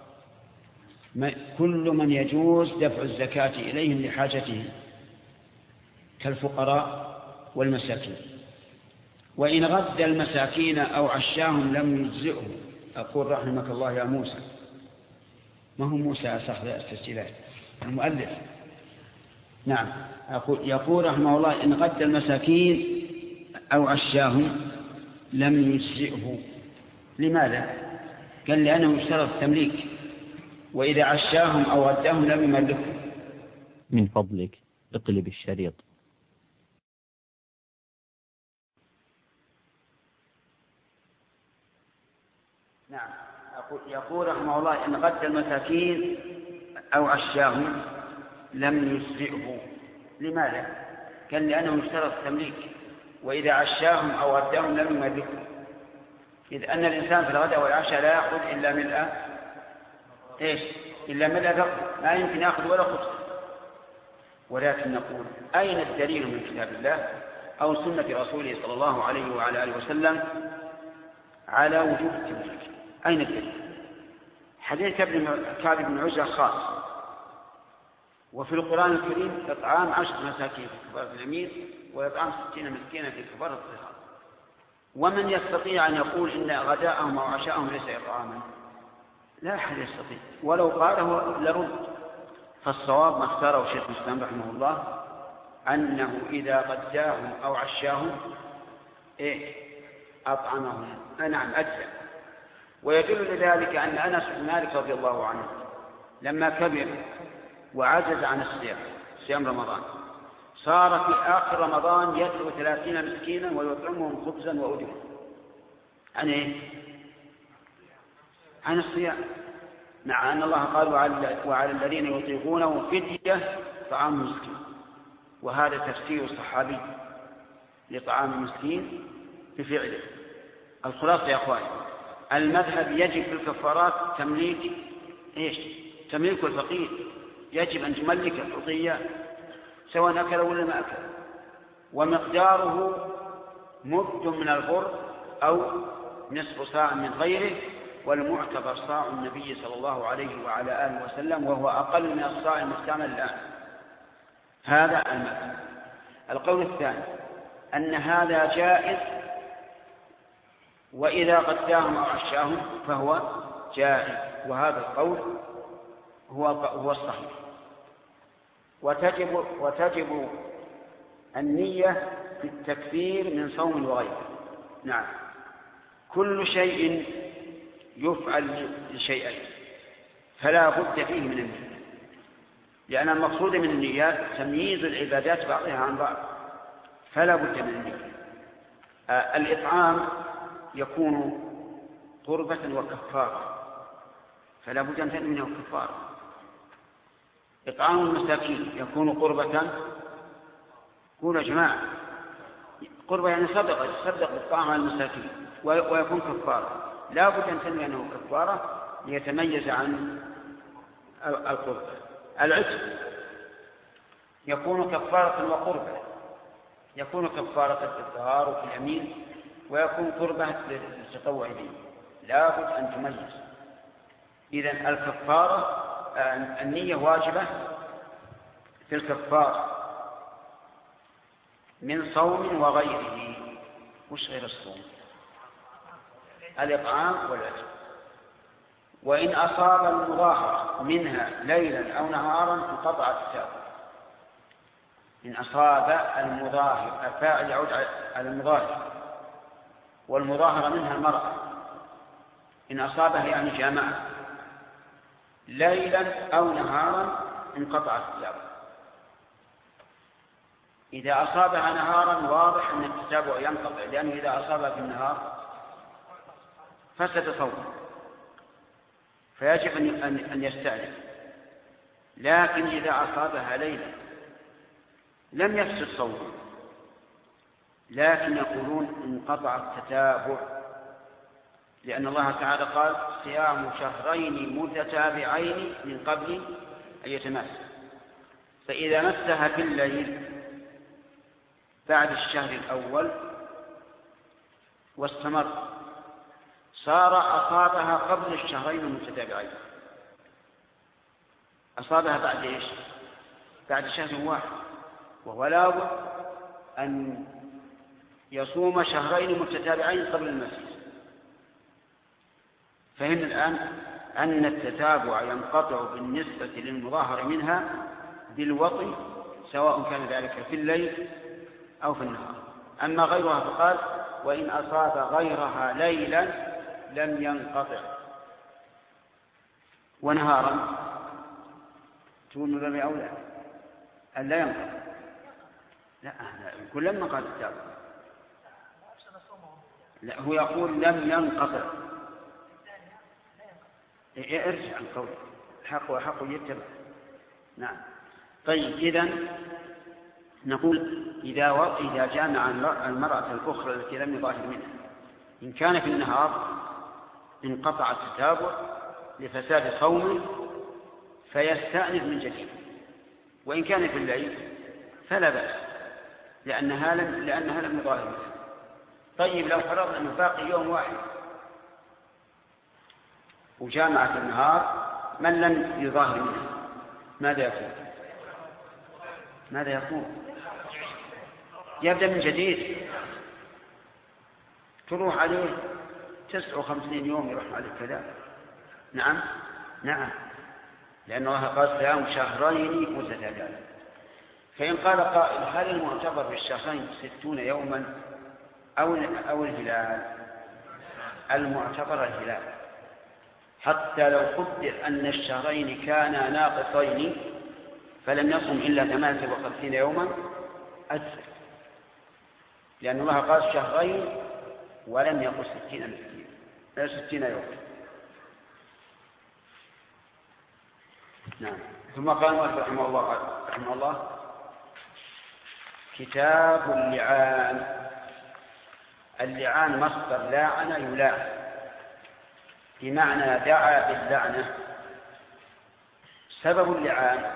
كل من يجوز دفع الزكاة إليهم لحاجتهم كالفقراء والمساكين. وإن غد المساكين أو عشاهم لم يجزئه. أقول رحمك الله يا موسى، ما هو موسى صاحب التسجيلات المؤلف؟ نعم أقول يقول رحمه الله إن غد المساكين أو عشاهم لم يجزئه. لماذا؟ قال لأنه اشترط التمليك، وإذا عشاهم أو غداهم لم يملكه. من فضلك اقلب الشريط. نعم يقول رحمه الله إن غد المساكين أو عشاهم لم يجزئه. لماذا؟ قال لأنه اشترط التمليك، وإذا عشاهم أو غداهم لم يملكه، إذ أن الإنسان في الغداء والعشاء لا يأخذ إلا ملء إيش؟ إلا ملء فقط، لا يمكن يأخذ ولا خطر. ولكن نقول أين الدليل من كتاب الله أو سنة رسوله صلى الله عليه وعلى آله وسلم على وجوب التمليك؟ أين الدليل؟ حديث كعب بن عجرة خاص، وفي القرآن الكريم إطعام عشر مساكين في كفارة اليمين وإطعام ستين مسكينا في كفارة الظهار. ومن يستطيع أن يقول إن غداءهم أو عشاءهم ليس إطعاما؟ لا أحد يستطيع، ولو قاله لرد. فالصواب ما اختاره شيخ الإسلام رحمه الله أنه إذا غداهم أو عشاهم إيه أطعمهم. نعم أجزع. ويدل لذلك أن أنس بن مالك رضي الله عنه لما كبر وعجز عن الصيام صيام رمضان صار في آخر رمضان يدعو ثلاثين مسكينا ويطعمهم خبزا وأدما عن إيه؟ عن الصيام، مع أن الله قال وعلى, وعلى الذين يطيقونه فدية طعام مسكين، وهذا تفسير الصحابي لطعام المسكين بفعله. الخلاصة يا أخواني، المذهب يجب في الكفارات تمليك إيش؟ تمليك الفقير، يجب أن تملك الفقير سواء أكل ولا ما أكل، ومقداره مد من البر أو نصف صاع من غيره، والمعتبر صاع النبي صلى الله عليه وعلى آله وسلم، وهو أقل من الصاع المستعمل الآن. هذا المذهب. القول الثاني أن هذا جائز، وإذا غداهم أو عشاهم فهو جائز، وهذا القول هو هو الصحيح. وتجب وتجب النية في التكفير من صوم وغيره. نعم، كل شيء يفعل لشيئين فلا بد فيه من النية، لأن المقصود من النيات تمييز العبادات بعضها عن بعض، فلا بد من النية. آه الإطعام يكون قربة وكفارة، فلا بد أن تنوي منه كفارة. إطعام المساكين يكون قربة، قولوا يا جماعة، قربة يعني صدقة، تصدق بالطعام على المساكين، ويكون كفارة، لا بد أن تنوي أنه كفارة ليتميز عن القربة. العتق يكون كفارة وقربة، يكون كفارة في الطهار وفي اليمين، ويكون قربة للتطوع به، لا بد أن تميز. إذن الكفارة النية واجبة في الكفارة من صوم وغيره. وش غير الصوم؟ الإطعام والعتق. وإن أصاب المظاهر منها ليلا أو نهارا انقطع التساوي. إن أصاب المظاهر، الفاعل يعود على المظاهر، والمظاهرة منها المرأة، إن أصابها يعني جامعة ليلا أو نهارا انقطع التتابع. إذا أصابها نهارا واضح أن التتابع ينقطع، لأنه إذا أصابها في النهار فسد صومه، فيجب أن يستأنف. لكن إذا أصابها ليلا لم يفسد صومه، لكن يقولون انقطع التتابع، لأن الله تعالى قال صيام شهرين متتابعين من قبل أن يتماس. فإذا مسها في الليل بعد الشهر الأول واستمر صار أصابها قبل الشهرين المتتابعين. أصابها بعد إيش؟ بعد شهر واحد، وهو لا بد أن يصوم شهرين متتابعين قبل المسيس. فهمنا الآن أن التتابع ينقطع بالنسبة للمظاهر منها بالوطي، سواء كان ذلك في الليل أو في النهار. أما غيرها فقال وإن أصاب غيرها ليلا لم ينقطع. ونهارا تقول لم أولى أن لا ينقطع، لا يقول لم ينقطع التتابع، لا هو يقول لم ينقطع. ارجع عن قوله الحق وحق يتبع. نعم. طيب إذن نقول إذا إذا جامع المرأة الأخرى التي لم يظاهر منها، إن كان في النهار انقطع التتابع لفساد صومه فيستأنف من جديد، وإن كان في الليل فلا بأس لأنها لم لأنها لم يظاهر منها. طيب لو فرضنا أنه باقي يوم واحد وجامع في النهار من لم يظاهر منها، ماذا يكون؟ ماذا يكون؟ يبدأ من جديد، تروح عليه تسعة وخمسين يوم يروح عليه كذا. نعم نعم، لأن الله قال صيام شهرين متتابعين. فإن قال قائل هل المعتبر بالشهرين ستون يوما أو أو الهلال؟ المعتبر الهلال، حتى لو قدر أن الشهرين كانا ناقصين فلم يصم إلا ثمانية وخمسين يوما أجزأ، لأن الله قال شهرين ولم يقل ستين مسكين ستين يوما. نعم. ثم قال رحمه الله رحمه الله كتاب اللعان. اللعان مصدر لاعن يلاعن، بمعنى دعا باللعنة. سبب اللعان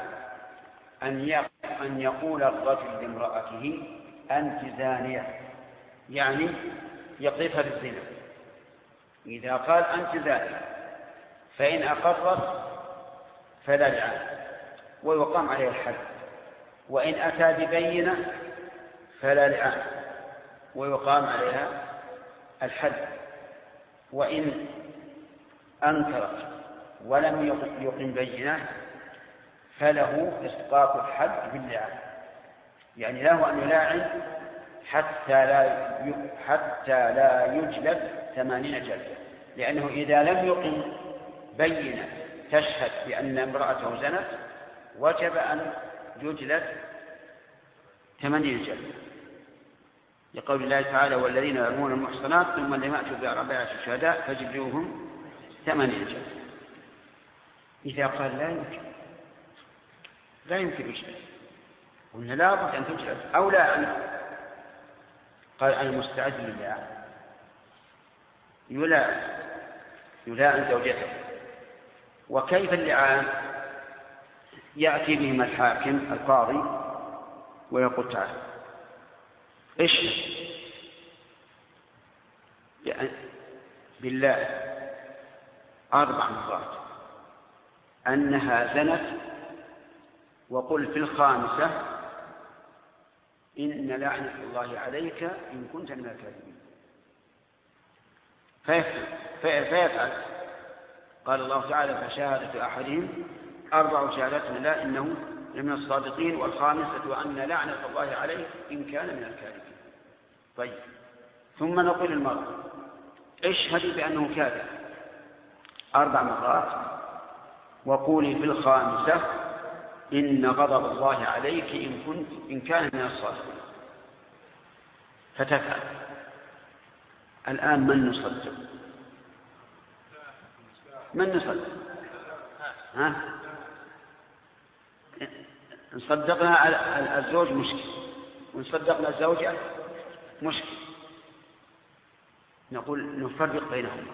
أن يقول الرجل لامرأته أنت زانية، يعني يقذفها بالزنا. إذا قال أنت زانية فإن أقرت فلا لعان ويقام عليه الحد، وإن أتى ببينة فلا لعان ويقام عليها الحد، وإن أنكرت ولم يقم بينة فله إسقاط الحد باللعان، يعني له أن يلاعن حتى لا حتى لا يجلد ثمانين جلدة، لأنه إذا لم يقم بينة تشهد بأن امرأته زنت وجب أن يجلد ثمانين جلدة، لقول الله تعالى والذين يرمون المحصنات ثم لم يأتوا بأربعة شهداء فاجلدوهم ثمانين جلدة. إذا قال لا يمكن لا يمكن يجلد، قلنا لا بد أن تجلد أو لا أن قال أنا مستعد لله يلاعن يلاعن زوجته. وكيف اللعان؟ يأتي بهم الحاكم القاضي ويقول تعالى اشهد بالله أربع مرات أنها زنت، وقل في الخامسة إن لعنة الله عليك إن كنت من الكاذبين، فيفعل. قال الله تعالى فشهادة أحدهم أربع شهادات لا إنه لمن الصادقين، والخامسة وأن لعنة الله عليه إن كان من الكاذبين. طيب، ثم نقول المرأة اشهدي بأنه كاذب أربع مرات، وقولي في الخامسة إن غضب الله عليك إن كنت إن كان من الصادقين، فتفعل. الآن من نصدق؟ من نصدق؟ ها؟ إن صدقنا الزوج مشكل، وإن صدقنا الزوجة مشكل. نقول نفرق بينهما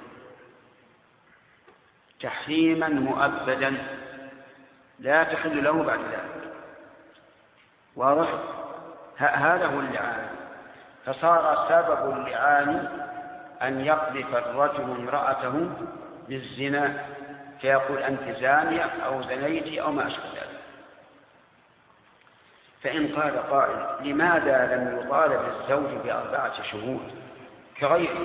تحريما مؤبدا لا تحل له بعد ذلك. واضح؟ هذا هو اللعان. فصار سبب اللعان أن يقذف الرجل امرأته بالزنا فيقول أنت زانية أو زنيتي أو ما أشبه ذلك. فإن قال قائل لماذا لم يطالب الزوج بأربعة شهود كغيره؟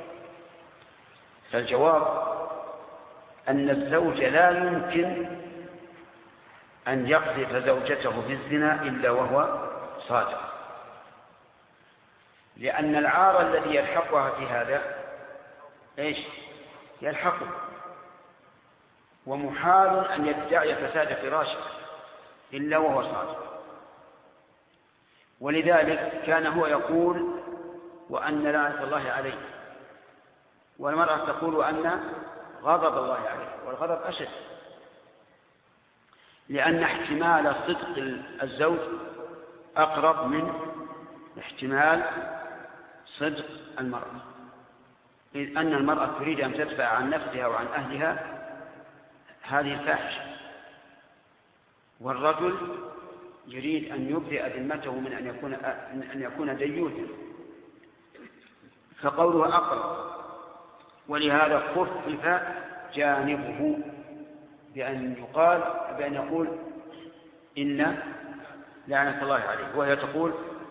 فالجواب أن الزوج لا يمكن أن يقذف زوجته بالزنا إلا وهو صادق، لأن العار الذي يلحقها في هذا إيش؟ يلحقه، ومحال أن يدعي فساد فراشه إلا وهو صادق. ولذلك كان هو يقول وأن لعنة الله عليه، والمرأة تقول أن غضب الله عليه، والغضب أشد، لأن احتمال صدق الزوج أقرب من احتمال صدق المرأة، إذ أن المرأة تريد أن تدفع عن نفسها وعن أهلها هذه الفاحشة، والرجل يريد أن يبرئ ذمته من أن يكون من أن يكون ديوثا، فقوله أقرب. ولهذا خفف جانبه بأن يقال بأن يقول إن لعنة الله عليه، وهي تقول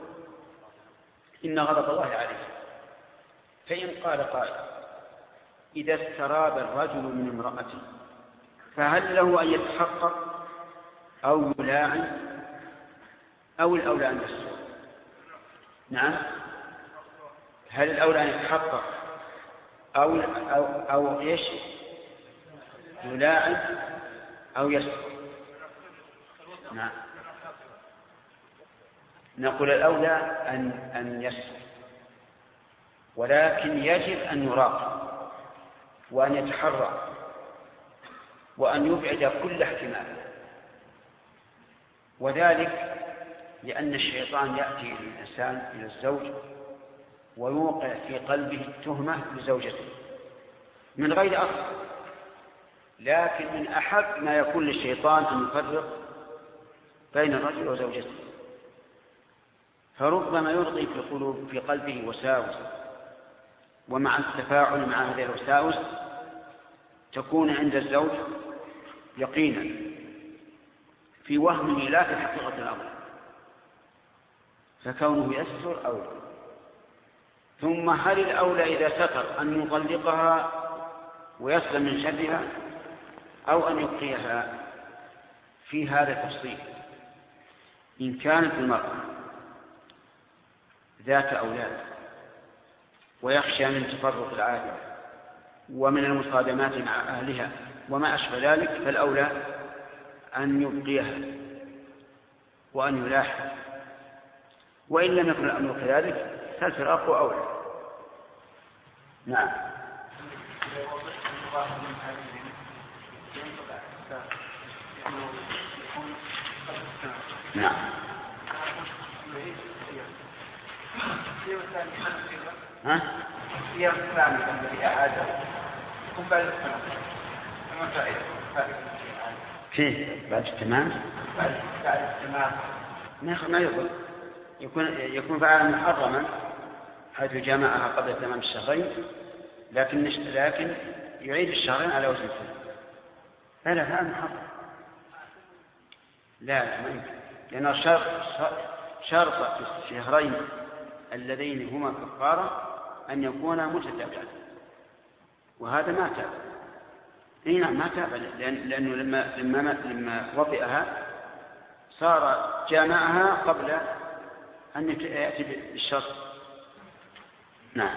إن غضب الله عليه. فإن قال قائل إذا استراب الرجل من امرأته فهل له أن يتحقق أو يلاعن أو الأولى أن يسر؟ نعم، هل الأولى أن يتحقق أو أو أو إيش يلاعب أو يسر؟ نعم، نقول الأولى أن أن يسر، ولكن يجب أن يراقب وأن يتحرى وأن يبعد كل احتمال، وذلك لأن الشيطان يأتي للإنسان إلى الزوج ويوقع في قلبه التهمة لزوجته من غير أصل، لكن من أحب ما يكون للشيطان أن يفرق بين الرجل وزوجته، فربما يلقي في قلوب في قلبه وساوس، ومع التفاعل مع هذه الوساوس تكون عند الزوج يقينا في وهمه لا في حقيقة الأمر، فكونه يستر أولى. ثم هل الأولى إذا ستر أن يطلقها ويسلم من شرها أو أن يبقيها؟ في هذا تفصيل. إن كانت المرأة ذات أولاد ويخشى من تفرق العادة ومن المصادمات مع أهلها وما أشبه ذلك، فالأولى أن يبقيها وأن يلاحظ، وإن لم يكن الأمر كذلك فالفراق أولى. نعم. نعم. ها؟ الصيام الثاني الذي أعاده يكون بعد التمام، فما فائدة؟ كيف بعد التمام؟ بعد بعد التمام ما ما يقول يكون يكون فعلا محرما حيث جامعها قبل تمام الشهرين، لكن لكن يعيد الشهرين على وجه السنة. لا لا هذا محرم. لا لا ما يمكن، لأن شرط شرط في الشهرين اللذين هما كفارة أن يكونا متتابعين، وهذا ما تاب. اي نعم ما تاب، لأن لأنه لما لما لما وطئها صار جامعها قبل أن يأتي بالشرط. نعم.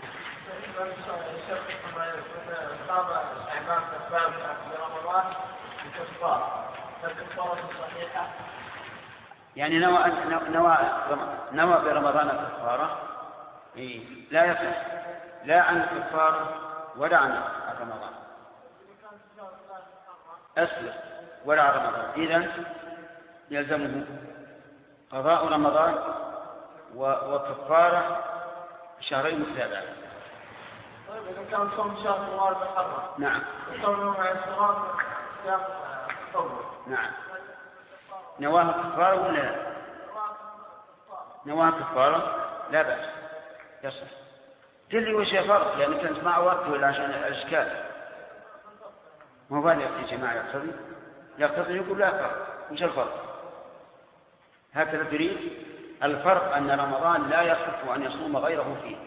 يعني نوى نوى نوى برمضان كفارة لا يصح لا عن الكفارة ولا عن رمضان، أصل ولا عن رمضان، إذن يلزمه قضاء رمضان وكفارة شهرين متتابعين. طيب إذا كان صوم شهر موارد محرم. نعم. وصوم مع الصغار صيام تطوع. نعم. نواها كفارة ولا لا؟ نواها كفارة لا بأس يصح. تلي وش فرق، لأن كنت مع وقت ولا عشان الأشكال ما بالي يا جماعة يقتضي يقتضي يقول لا فرق. وش الفرق؟ هكذا تريد الفرق أن رمضان لا يصح أن يصوم غيره فيه.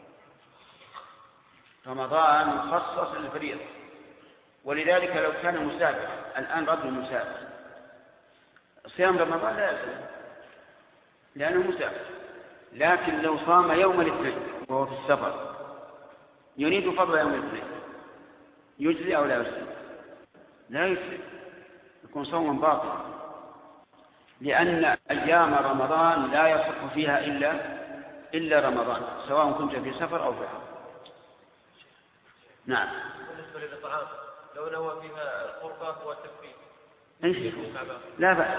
رمضان مخصص للفريضة، ولذلك لو كان مسافر الآن رجل مسافر صيام رمضان لا يلزم لأنه مسافر، لكن لو صام يوم الاثنين وهو في السفر يريد فضل يوم الاثنين يجزي أو لا يجزي؟ لا يجزي، يكون صوما باطلا، لأن أيام رمضان لا يصح فيها إلا إلا رمضان، سواء كنت في سفر أو في حضر. نعم. بالنسبة للإطعام لو نوى فيها القربة والتكفير لا بأس،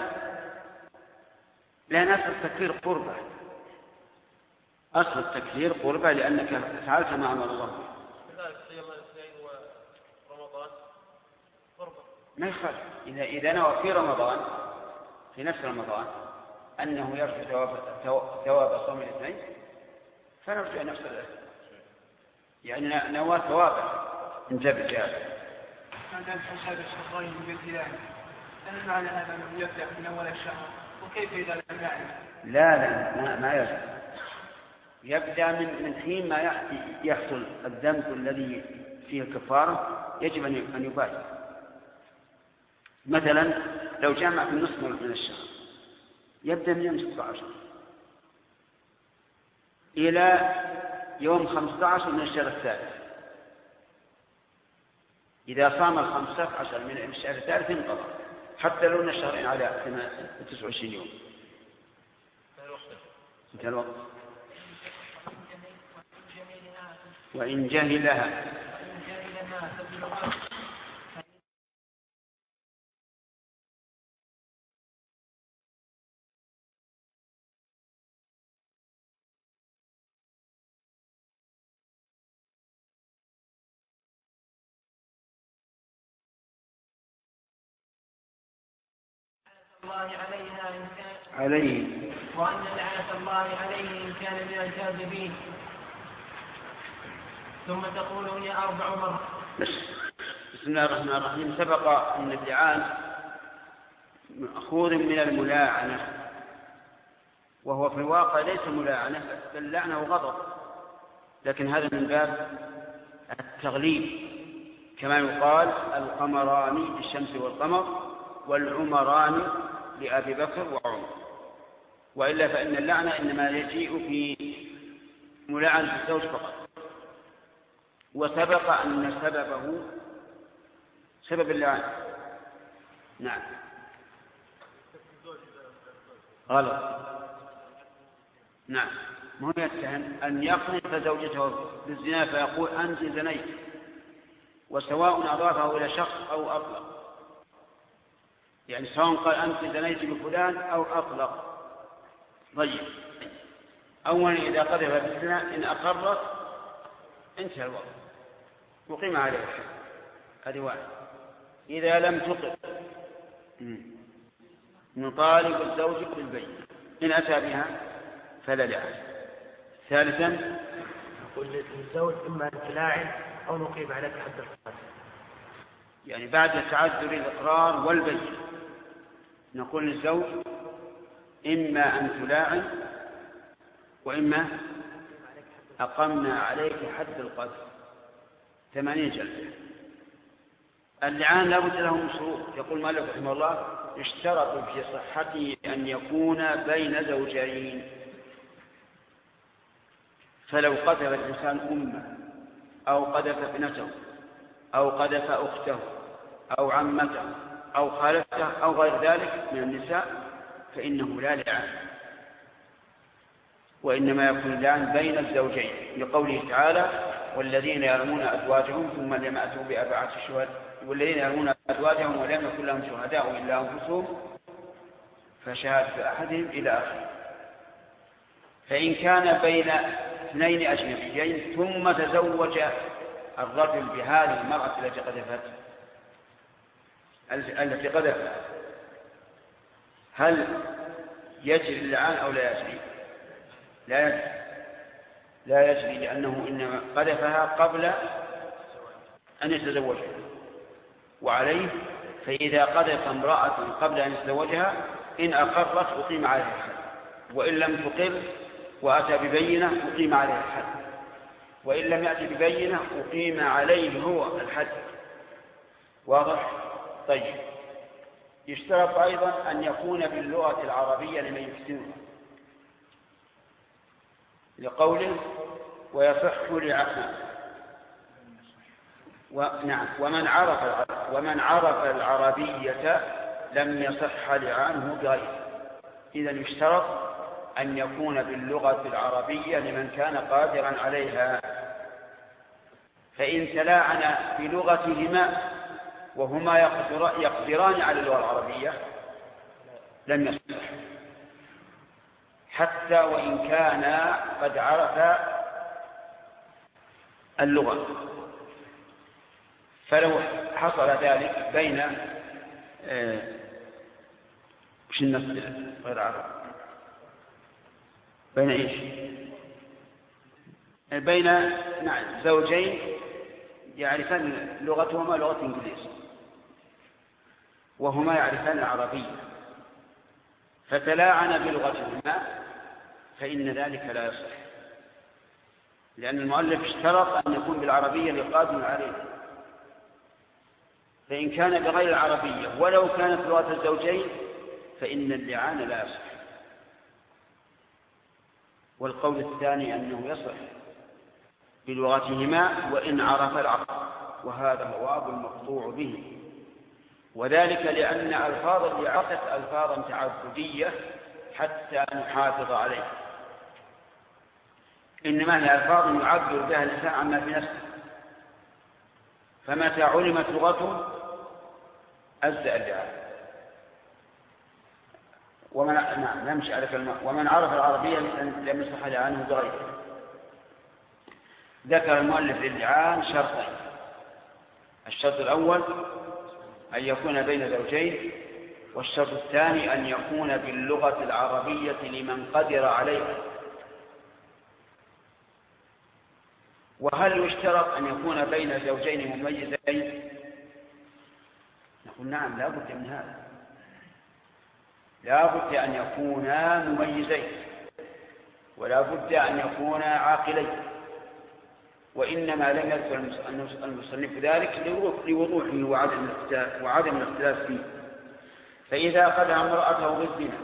لأن أصل التكفير قربة، أصل التكفير قربة لأنك فعلت ما أمر الله به. كذلك صيام الاثنين ورمضان قربة ما يخالف إذا إذا نوى في رمضان في نفس رمضان أنه يرجو ثواب ثواب صوم الاثنين فنرجو نفس الاثنين، يعني نوى ثوابه انتبه جاهز. هذا الحساب الشهرين بالابتداء، هل معنى هذا أنه يبدأ من أول الشهر؟ وكيف إذا لم يعرف؟ لا لا ما, ما يلزم، يبدأ من من حين ما يحصل الذنب الذي فيه الكفارة يجب أن يباشر. مثلا لو جامع في النصف من الشهر يبدأ من يوم ستة عشر إلى يوم خمسة عشر من الشهر الثالث. إذا صام الخمسة عشر من الشهر الثالث انقضى، حتى لو ان الشهرين على تسعة وعشرين يوم. انتهى الوقت. وإن جهلها الله عليها إن كان عليه وأن لعنة الله عليه إن كان من الكاذبين. ثم تقول هي أربع مرات. بسم الله الرحمن الرحيم. سبق أن اللعان مأخوذ من الملاعنة، وهو في الواقع ليس ملاعنة بل لعنة وغضب، لكن هذا من باب التغليب، كما يقال القمران للشمس والقمر والعمران لأبي بكر وعمر. وإلا فإن اللعنة إنما يجيء في ملاعنة الزوج فقط. وسبق أن سببه سبب اللعنة نعم غلط. نعم ما هو يتهم أن يقذف زوجته بالزنا فيقول أنت زنيت، وسواء أضافه إلى شخص أو أطلق، يعني سواء قال أنت زنيت بفلان أو أطلق. طيب أولا إذا قذف بالزنا إن أقرت انتهى الوضع وقيم عليه الحد، هذه واحد. إذا لم تقر نطالب الزوج بالبينة، إن أتى بها فلا لعنة. ثالثا نقول للزوج إما أن تلاعن أو نقيم عليك حد القذف، يعني بعد تعذر الإقرار والبينة نقول للزوج إما أن تلاعن وإما أقمنا عليك حد القذف ثمانين جلدة. اللعان لا بد له من شروط. يقول مالك رحمه الله اشترط في صحته أن يكون بين زوجين، فلو قذف الإنسان أمه أو قذف ابنته أو قذف أخته أو عمته أو خالته أو غير ذلك من النساء فإنه لا لعان، وإنما يكون اللعان بين الزوجين، لقوله تعالى والذين يرمون أزواجهم ثم لم يأتوا بأربعة شهداء والذين يرمون أزواجهم ولم يكن لهم شهداء إلا أنفسهم فشهادة أحدهم إلى آخره. فإن كان بين اثنين أجنبيين ثم تزوج الرجل بهذه المرأة التي قذفت التي قذفت هل يجري اللعان أو لا يجري؟ لا يجري لا يجري لأنه إنما قذفها قبل أن يتزوجها، وعليه فإذا قذف امرأة قبل أن يتزوجها إن أقرت أقيم عليها الحد، وإن لم تقر وأتى ببينة أقيم عليها الحد، وإن لم يأتي ببينة أقيم عليه هو الحد. واضح؟ طيب يشترط أيضا أن يكون باللغة العربية لمن يحسنها، لقوله ويصح لعقله ونعم ومن عرف ومن عرف العربية لم يصح لعانه بغيره. إذا يشترط أن يكون باللغة العربية لمن كان قادرا عليها، فإن تلاعن بلغتهما وهما يقدران على اللغة العربية لم يصح، حتى وإن كانا قد عرفا اللغة. فلو حصل ذلك بين وش النص غير عرب بين ايش بين نعم زوجين يعرفان لغتهما لغة انجليزية وهما يعرفان العربية فتلاعن بلغتهما فإن ذلك لا يصح، لأن المؤلف اشترط أن يكون بالعربية لقادم عليه. فإن كان بغير العربية ولو كانت لغة الزوجين فإن اللعان لا يصح. والقول الثاني أنه يصح، بلغتهما وإن عرف العقل، وهذا هو المقطوع به. وذلك لأن ألفاظ اللعاقة ألفاظا تعبدية حتى نحافظ عليها، إنما هي ألفاظ يعبر بها الإنسان عما في نفسه، فمتى علمت لغته أجزأ اللعاقة. ومن نعم نمشي على كلمة ومن عرف العربية لم يصح عنه بغيره. ذكر المؤلف للعان شرطين: الشرط الأول أن يكون بين زوجين، والشرط الثاني أن يكون باللغة العربية لمن قدر عليها. وهل يشترط أن يكون بين زوجين مميزين؟ نقول نعم، لا بد من هذا، لا بد أن يكونا مميزين، ولا بد أن يكونا عاقلين، وإنما لم يذكر المصنف ذلك لوضوحه وعدم الاختلاف فيه. فإذا أخذها امرأته بالزنا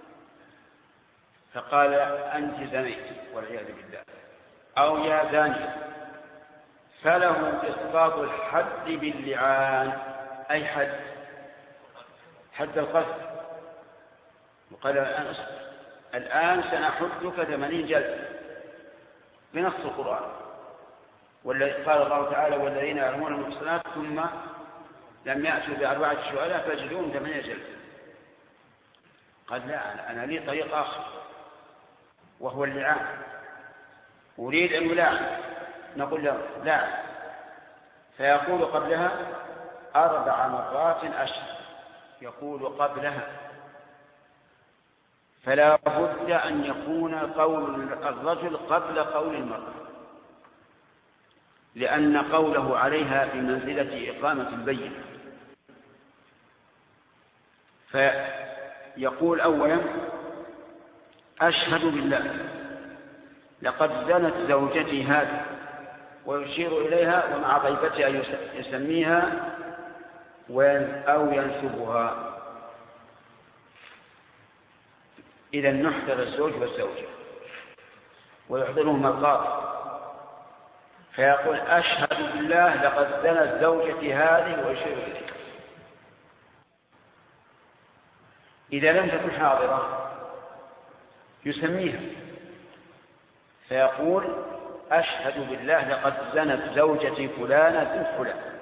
فقال أنت زنيت والعياذ بالله، أو يا زاني، فله إسقاط الحد باللعان، أي حد حد القذف. وقال الآن الآن سنحدك ثمانين جلدة بنص القرآن، قال الله تعالى: والذين يعلمون المحصنات ثم لم يأتوا بأربعة شهداء فاجلدوهم ثمانين جلدة. قال لا، أنا لي طريق آخر وهو اللعان، أريد أن يلعن. نقول له لا، فيقول قبلها أربع مرات أشهر، يقول قبلها. فلا بد أن يكون قول الرجل قبل قول المرأة، لأن قوله عليها بمنزلة إقامة البينة. فيقول أولا: أشهد بالله لقد زنت زوجتي هذه، ويشير إليها ومع طيبته أن يسميها أو ينسبها. إذا نحضر الزوج والزوجة ويحضرهما القاضي، فيقول: أشهد بالله لقد زنت زوجتي هذه، ويشير إليها. إذا لم تكن حاضرة يسميها، فيقول: أشهد بالله لقد زنت زوجتي فلانة بنت فلان.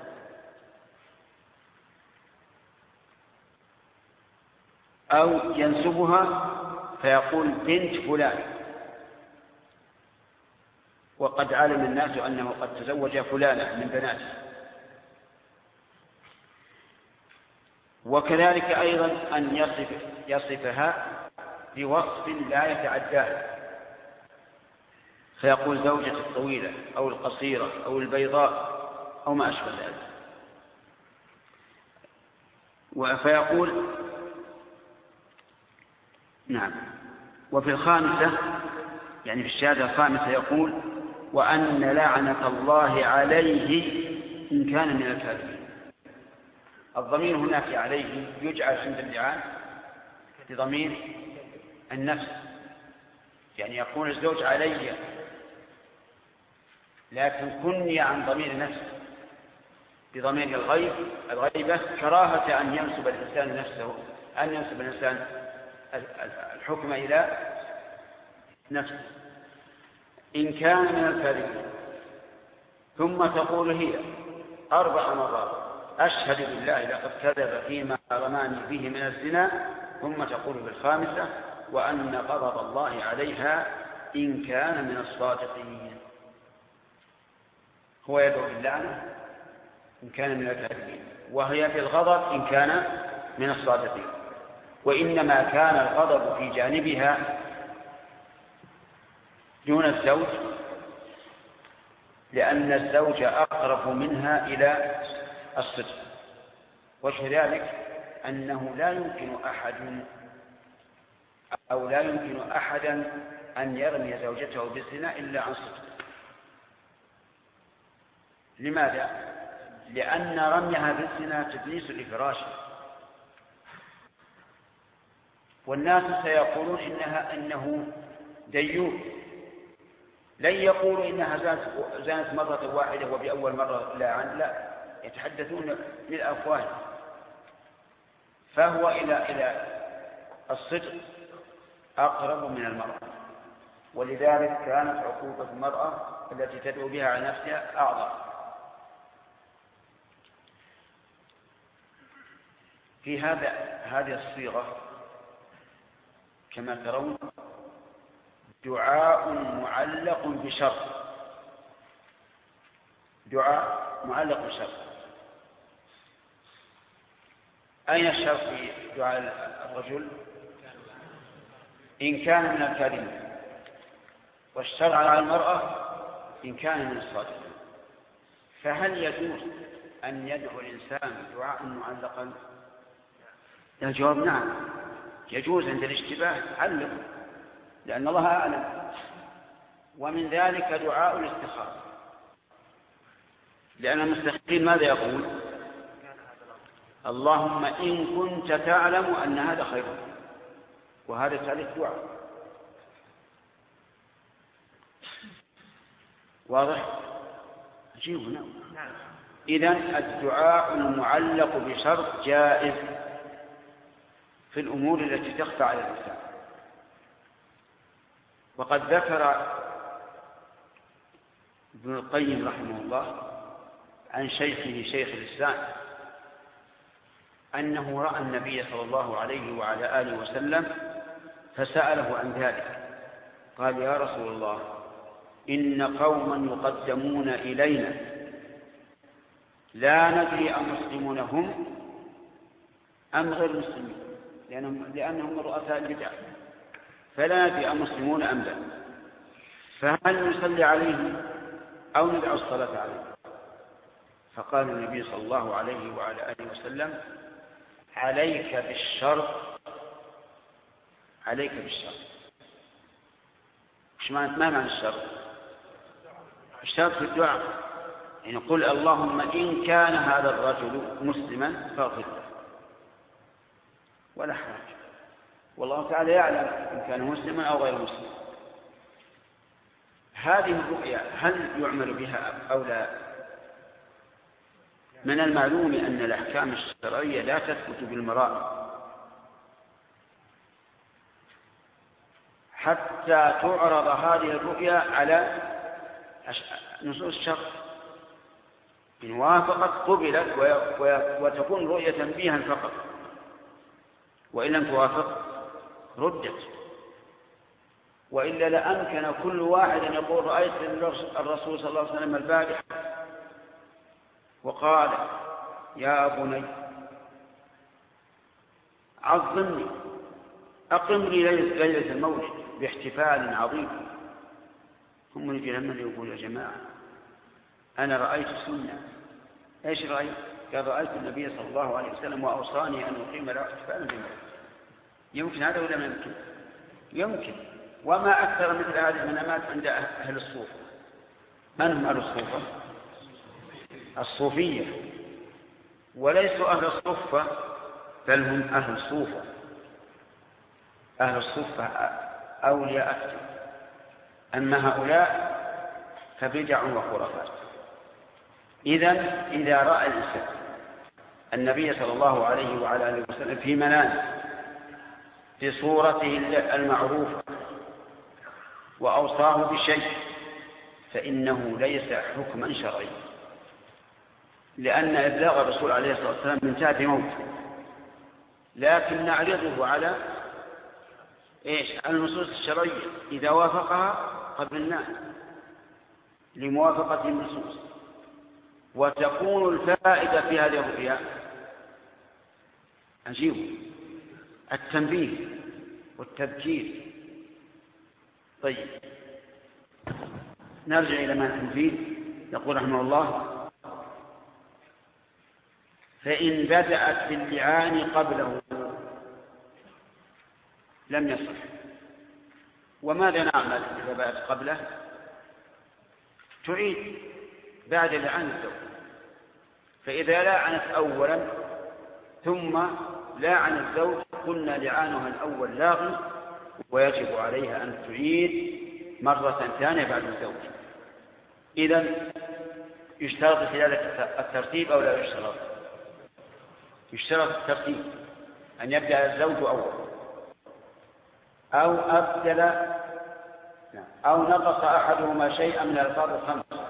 أو ينسبها فيقول: بنت فلان، وقد علم الناس أنه قد تزوج فلانة من بناته. وكذلك أيضا أن يصف يصفها بوصف لا يتعداه، فيقول: زوجة الطويلة أو القصيرة أو البيضاء أو ما أشبه ذلك. فيقول نعم. وفي الخامسة، يعني في الشهادة الخامسة، يقول: وأن لعنة الله عليه إن كان من الكاذبين. الضمير هناك عليه يجعل عند اللعان بضمير النفس، يعني يكون الزوج علي، لكن كني عن ضمير النفس بضمير الغيب الغيبة، كراهة أن ينسب الإنسان نفسه أن ينسب الإنسان الحكم إلى نفسه إن كان من الكاذبين. ثم تقول هي أربع مرات: أشهد بالله لقد كذب فيما رماني به من الزنا. ثم تقول في الخامسة: وأن غضب الله عليها إن كان من الصادقين. هو يدعو باللعنة إن كان من الكاذبين، وهي بالغضب إن كان من الصادقين. وإنما كان الغضب في جانبها دون الزوج لأن الزوج أقرب منها إلى الصدق. وجه ذلك أنه لا يمكن أحد أو لا يمكن أحدا أن يرمي زوجته بالزنا إلا عن صدق. لماذا؟ لأن رميها بالزنا تدنيس لفراشه، والناس سيقولون إنها إنه ديوث لن يقولوا إنها زانت مرة واحدة وبأول مرة لا عن لا، يتحدثون للأفواه. فهو إلى إلى الصدق أقرب من المرأة، ولذلك كانت عقوبة المرأة التي تدعو بها على نفسها أعظم. في هذا هذه الصيغة كما ترون دعاء معلق بشرط، دعاء معلق بشرط. أين الشرط في دعاء الرجل؟ إن كان من الكاذبين، والشرط على المرأة إن كان من الصادقين. فهل يجوز أن يدعو الإنسان دعاء معلقا؟ الجواب نعم، يجوز عند الاشتباه علق، لأن الله أعلم. ومن ذلك دعاء الاستخارة، لأن المستخير ماذا يقول؟ اللهم إن كنت تعلم أن هذا خير، وهذا ثالث دعاء. واضح؟ عجيب. نعم. إذن الدعاء المعلق بشرط جائز في الأمور التي تخفى على الإنسان. وقد ذكر ابن القيم رحمه الله عن شيخه شيخ الإسلام أنه رأى النبي صلى الله عليه وعلى آله وسلم فسأله عن ذلك، قال يا رسول الله إن قوما يقدمون إلينا لا ندري أمسلمون هم أم غير مسلمين، لأنهم, لأنهم رؤساء البدع، فلا ندري أمسلمون أم لا، فهل نصلي عليهم أو ندعو الصلاة عليهم؟ فقال النبي صلى الله عليه وعلى آله وسلم عليك بالشرط، عليك بالشرط. ما معنى الشرط؟ الشرط في الدعاء، يعني قل اللهم إن كان هذا الرجل مسلما فاغفر له ولا حرج، والله تعالى يعلم إن كان مسلما أو غير مسلم. هذه الرؤيا هل يعمل بها أو لا؟ من المعلوم أن الأحكام الشرعية لا تثبت بالمرام حتى تعرض هذه الرؤيا على نصوص الشرع، إن وافقت قبلت وتكون رؤية تنبيها فقط، وإن لم توافق ردت. وإلا لأمكن كل واحد أن يقول رأيت الرسول صلى الله عليه وسلم البارحة وقال يا بني عظمني أقم لي ليلة المولد باحتفال عظيم. هم يجي لما يقول يا جماعة أنا رأيت سنة. إيش رأيت؟ قال رأيت النبي صلى الله عليه وسلم وأوصاني أن أقيم له احتفالا بالمولد. يمكن هذا ولا ما يمكن؟ يمكن. وما أكثر مثل هذه المنامات عند أهل الصوفة. من هم أهل الصوفة؟ الصوفية، وليسوا أهل الصوفة بل هم أهل الصوفة. أهل الصوفة أولياء أكثر، أما هؤلاء فبدع وخرافات. إذن إذا رأى الإنسان النبي صلى الله عليه وعلى آله وسلم في منامه في صورته المعروفة وأوصاه بشيء فإنه ليس حكما شرعيا، لأن إبلاغ الرسول عليه الصلاة والسلام من ساعة موته، لكن نعرضه على إيش؟ على النصوص الشرعية، إذا وافقها قبلناه لموافقة النصوص. وتكون الفائدة في هذه الرؤيا عجيب، التنبيه والتذكير. طيب نرجع إلى ما التنبيه. يقول رحمه الله فإن بدأت باللعان قبله لم يصح. وماذا نعمل إذا بدأت قبله؟ تعيد بعد لعان الزوج. فإذا لعنت أولا ثم لعن الزوج قلنا لعانها الأول لاغي، ويجب عليها أن تعيد مرة ثانية بعد الزوج. إذن يشترط خلال الترتيب أو لا يشترط؟ يشترط الترتيب، أن يبدأ الزوج أول، أو أبدل أو نقص أحدهما شيئا من الألفاظ الخمسة،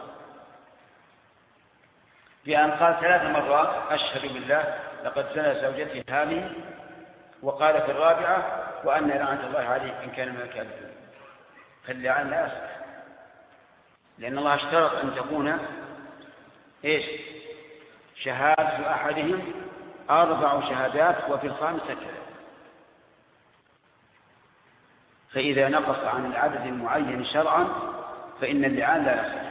بأن قال ثلاث مرات أشهد بالله لقد زنى زوجتي هذه، وقال في الرابعة وأن لعنة الله عليه إن كان من الكاذبين، فاللعان لا يصح، لأن الله اشترط أن تكون إيش؟ شهادة أحدهم أربع شهادات وفي الخامسة كذا. فإذا نقص عن العدد المعين شرعا فإن اللعان لا يصح.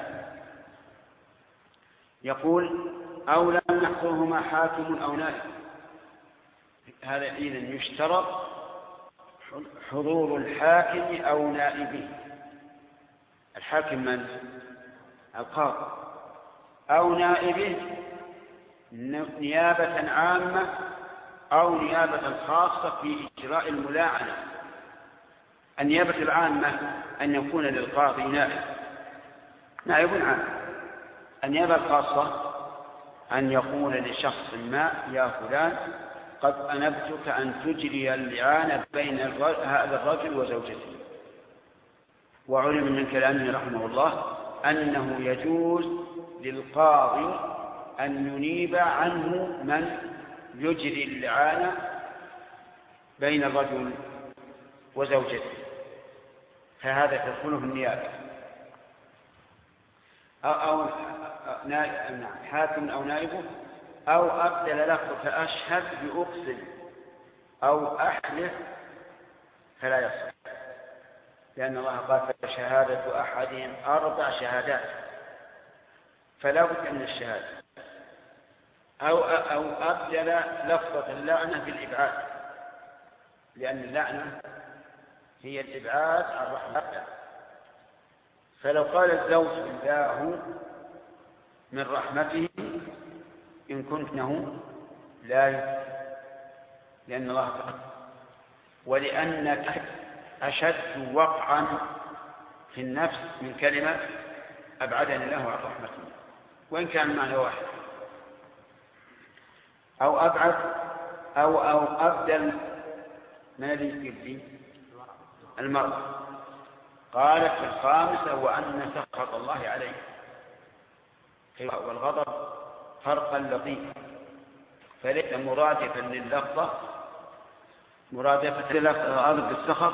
يقول أو لم يحضرهما حاكم أو نائب، هذا إذن يشترط حضور الحاكم أو نائبه. الحاكم من؟ القاضي، أو نائبه نيابة عامة أو نيابة خاصة في إجراء الملاعنة. النيابة العامة أن يكون للقاضي نائب نائب عام. النيابة الخاصة أن يقول لشخص ما يا فلان قد أنبتك أن تجري اللعان بين هذا الرجل وزوجته. وعلم من كلامه رحمه الله أنه يجوز للقاضي أن ينيب عنه من يجري اللعان بين الرجل وزوجته، فهذا تدخله النيابة. أو, أو حاكم أو نائبه، أو أبدل لفظ فأشهد بأقسم أو أحلف فلا يصح، لأن الله قال فشهادة أحدهم أربع شهادات، فلا بد من الشهادة. أو أو أبدل لفظة اللعنة بالإبعاد، لأن اللعنة هي الإبعاد عن رحمة الله. فلو قال الزوج الله من رحمته إن كنتنه لا يفعل، لأن الله تعالى ولأنك أشد وقعا في النفس من كلمة أبعدني الله عن رحمته، وإن كان المعنى واحد. أو أبعد أو أو أبدل من الذي المرء. قالت في الخامسة وأن سخط الله عليه، والغضب فرقا لطيفا، فليس مرادفا لللفظة مرادفة للفظة بالسخط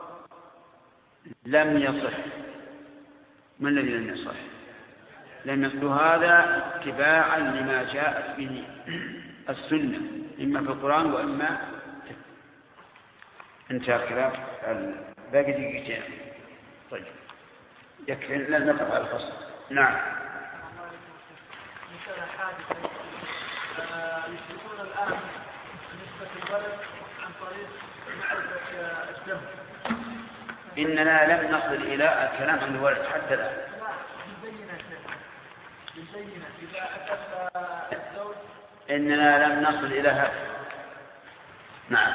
لم يصح. من الذي لم يصح؟ لم يصح هذا اتباعا لما جاءت به السنة إما في القرآن وإما في انتهى كلام باقي دقيقتين. طيب يكفي لن نقف على الفصل. نعم. مثال حادثة يشركون الآن نسبة الولد عن طريق معرفة الدم. إننا لم نصل إلى الكلام عن الولد حتى الآن. بالبينة إذا أتت الزوج. إننا لم نصل إلى هذا. نعم.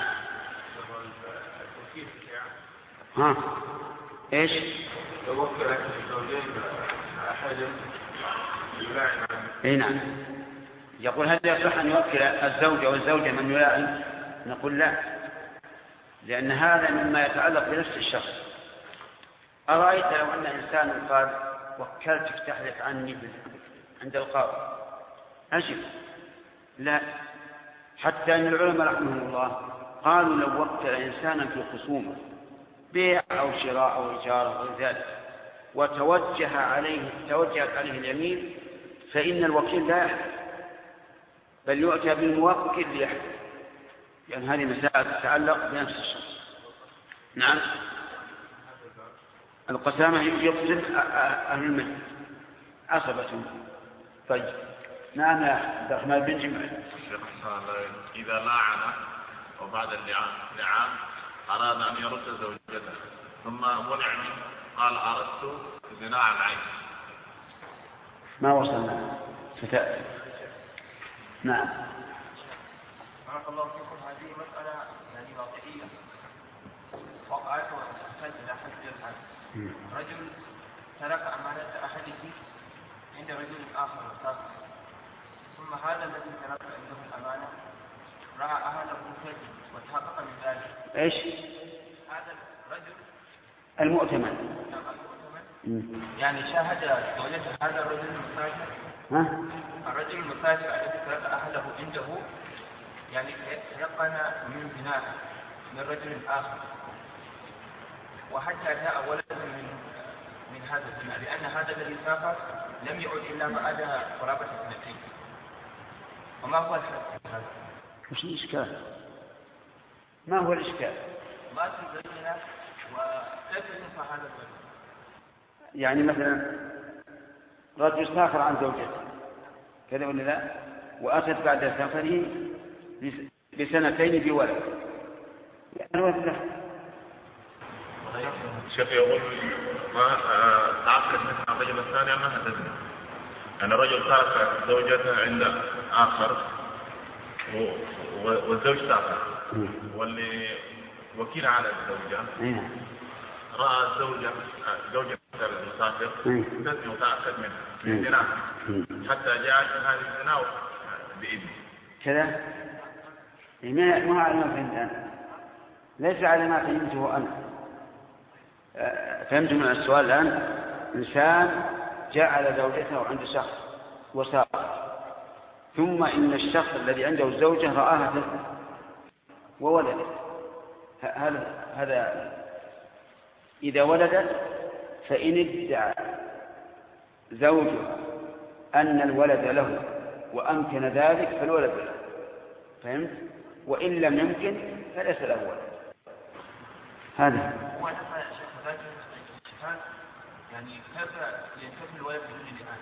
ها إيش؟ لو وكل الزوجين أحد يلاعن. إيه نعم. يقول هل يصح أن يوكل الزوج والزوجة من يلاعن؟ نقول لا، لأن هذا مما يتعلق بنفس الشخص. أرأيت لو أن إنسان قال وكلتك تحلف عني عند القاضي أجب؟ لا، حتى أن العلماء رحمهم الله قالوا لو وكل إنسانا في خصومة بيع أو شراء أو إجارة أو ذلك وتوجه عليه توجهت عليه اليمين فإن الوكيل لا يحلف، بل يؤتى بالموكل ليحلف، لأن يعني هذه مسائل تتعلق بنفس الشخص. نعم. القسامة يقسم أهل الميت عصبة. طيب نعم يا عبد الرحمن بن جمع. إذا لاعن وبعد اللعان أراد أن يرد زوجته ثم منع منه قال أردت زنا عن عين. ما وصلنا ستأتي. نعم. بارك الله فيكم. هذه مسألة يعني واقعية. وقعت وأحتاج إلى حد الحال. رجل ترك أمانة أحده عند رجل آخر وسافر، ثم هذا الذي ترك عنده الأمانة رأى أهله كذب وتحقق من ذلك. إيش؟ هذا الرجل المؤتمن. المؤتمن يعني شاهد زوجة هذا الرجل المسافر. ها؟ الرجل المسافر الذي ترك أهله عنده يعني يقن من بناء من رجل آخر، وحتى جاء ولد من من هذا البناء، لأن هذا الذي سافر لم يعد إلا بعد قرابة سنتين. وما هو الحد هذا؟ وش الإشكال؟ ما هو الإشكال؟ ما في بيننا وكيف ينفع هذا الولد؟ يعني مثلا رجل سافر عن زوجته كذا ولا لا؟ وأتت بعد سفره بسنتين بولد، يعني الولد له. الشيخ يقول ما تعقد من الرجل الثاني ما حدثنا أن الرجل ترك زوجته عند آخر والزوج سافر، واللي وكيل على الزوجة رأى الزوجة زوجة المسافر تزني وتأكد منها من زنا حتى جاءت هذه الزنا بإذن كذا. ما على ما فهمت أنا، ليس على ما فهمته أنا. فهمت من السؤال الآن إنسان جعل زوجته عند شخص وسافر، ثم إن الشخص الذي عنده الزوجة رآها تزني وولدت. هذا هذا إذا ولدت فإن ادعى زوجها أن الولد له وأمكن ذلك فالولد له، فهمت؟ وإن لم يمكن فليس له ولد. هذا يعني كيف ينتفي الولد بدون الآن؟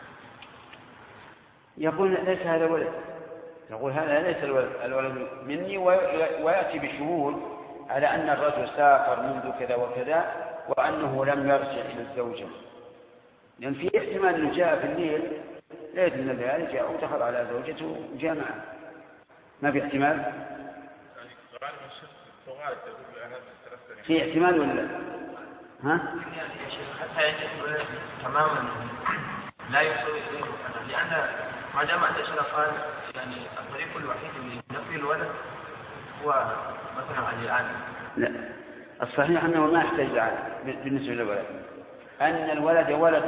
يقول ليس هذا ولد، يقول هذا ليس الولد, الولد مني، ويأتي بشهود على أن الرجل سافر منذ كذا وكذا وأنه لم يرجع إلى الزوجة، لأن في احتمال أنه جاء في الليل ليس من الليالي جاء ودخل على زوجته وجاء معه، ما في احتمال؟ في احتمال ولا لا؟ ها؟ حتى يجب تماما لا يسوي لأن ما دام الأشياء قال يعني الطريق الوحيد لنفي الولد هو مثلا على الآن. لا، الصحيح أنه ما يحتاج الآن بالنسبة للولد، أن الولد ولد،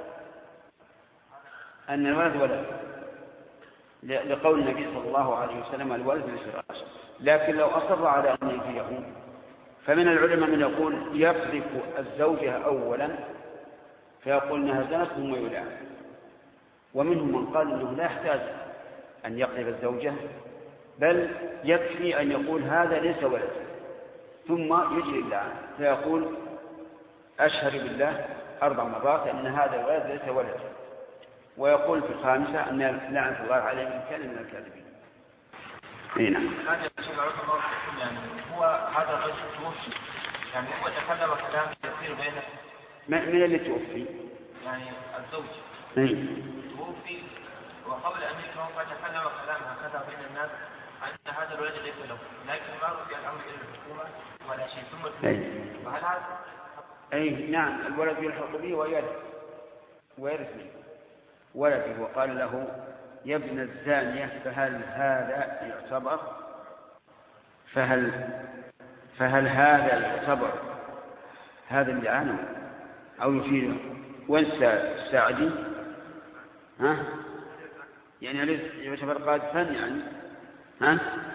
أن الولد ولد لقول النبي صلى الله عليه وسلم الولد للفراش. لكن لو أصر على أن ينفيه فمن العلماء من يقول يقذف الزوجة أولا فيقول انها زنت ثم يلعن، ومنهم من قال انه لا يحتاج ان يقذف الزوجة بل يكفي ان يقول هذا ليس ولد ثم يجري اللعن فيقول اشهد بالله اربع مرات ان هذا الولد ليس ولد، ويقول في الخامسة ان لعنة الله عليه ان كان من الكاذبين. هنا يعني هو هذا الرجل توفي، يعني هو تكلم كلام كثير بينه. من اللي توفي؟ يعني الزوج اي توفي، وقبل ان يتوفى تكلم كلام هكذا بين الناس ان هذا الولد ليس له، لكن ما رفع الامر الى الحكومه ولا شيء ثم اي فهل هذا؟ اي نعم، الولد يلحق به ويرث ويرث ولده، وقال له يا ابن الزانية فهل هذا يعتبر فهل فهل هذا يعتبر هذا اللي عنه أو يفيده؟ وانسى الساعدي ها يعني ليس يعتبر قاذفا يعني ها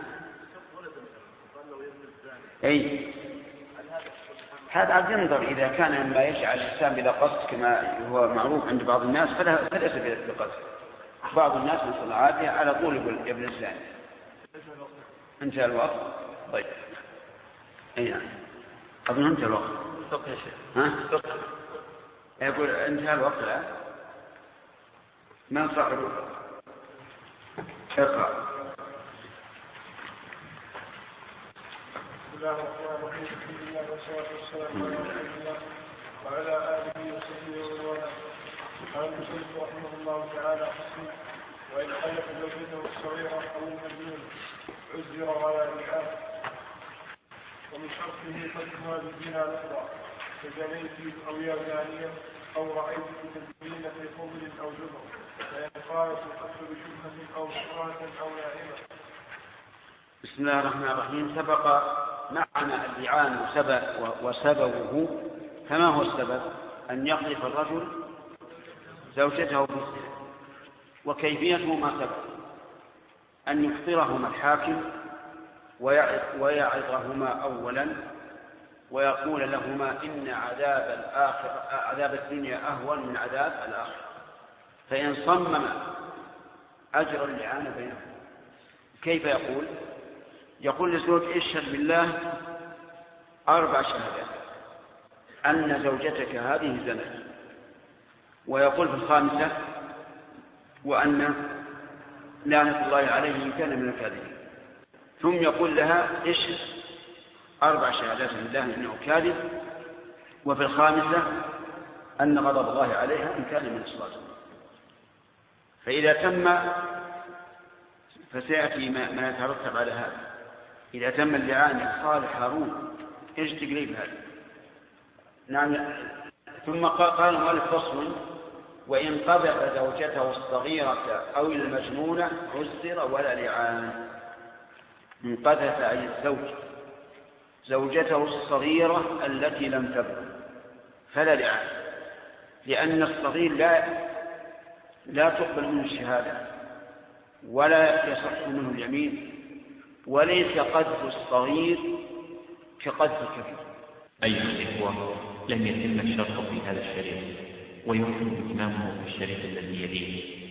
أي هذا عاد ينظر إذا كان مما يجعل الإنسان بلا قصد كما هو معروف عند بعض الناس فليس بقصد. بعض الناس من صناعاته على طول يقول يا ابن الزاني. انتهى الوقت. طيب اي نعم اظن انتهى الوقت. استقل يا شيخ. ها استقل. يقول انتهى الوقت الان. من صاحب اقرا. بسم الله الرحمن الرحيم. الحمد لله والصلاه والسلام على رسول الله وعلى اله وصحبه ومن والاه. قال المصنف رحمه الله تعالى حسن وإن خلف زوجته الصغيرة أو المجنون عزر على الإعانة. ومن شرط به فتحها بالزنا الأخرى كزنيت أو يا زانية أو رأيت تزين في خمر أو جبر فإن قالت القتل بشبهة أو بكرة أو نائمة. بسم الله الرحمن الرحيم. سبق معنى اللعان وسببه. فما هو السبب؟ أن يقذف الرجل زوجته بالزنا، وكيفيته ما سبق، أن يخبرهما الحاكم ويعظهما أولا ويقول لهما إن عذاب الآخر عذاب الدنيا أهون من عذاب الآخرة، فإن صمم أجر اللعان بينهم. كيف يقول؟ يقول للزوج اشهد بالله أربع شهادات أن زوجتك هذه زنت، ويقول في الخامسة وأن لعنة الله عليه إن كان من الكاذبين، ثم يقول لها اشهد أربع شهادات بالله إنه كاذب، وفي الخامسة أن غضب الله عليها إن كان من الصادقين. فإذا تم فسيأتي ما يترتب على هذا. إذا تم اللعان قال هارون إيش تقريب هذا؟ نعم. ثم قال المؤلف فصل: وإن قذف زوجته الصغيرة أو المجنونة عزر ولا لعان. إن قذف أي الزوج زوجته الصغيرة التي لم تبلغ فلا لعان، لأن الصغير لا لا تقبل منه الشهادة ولا يصح منه اليمين، وليس قذف الصغير كقذف الكبير. أيها الإخوة، لم يتم الشرط في هذا الشريط، ويمكن إتمامه في الشريط الذي يليه.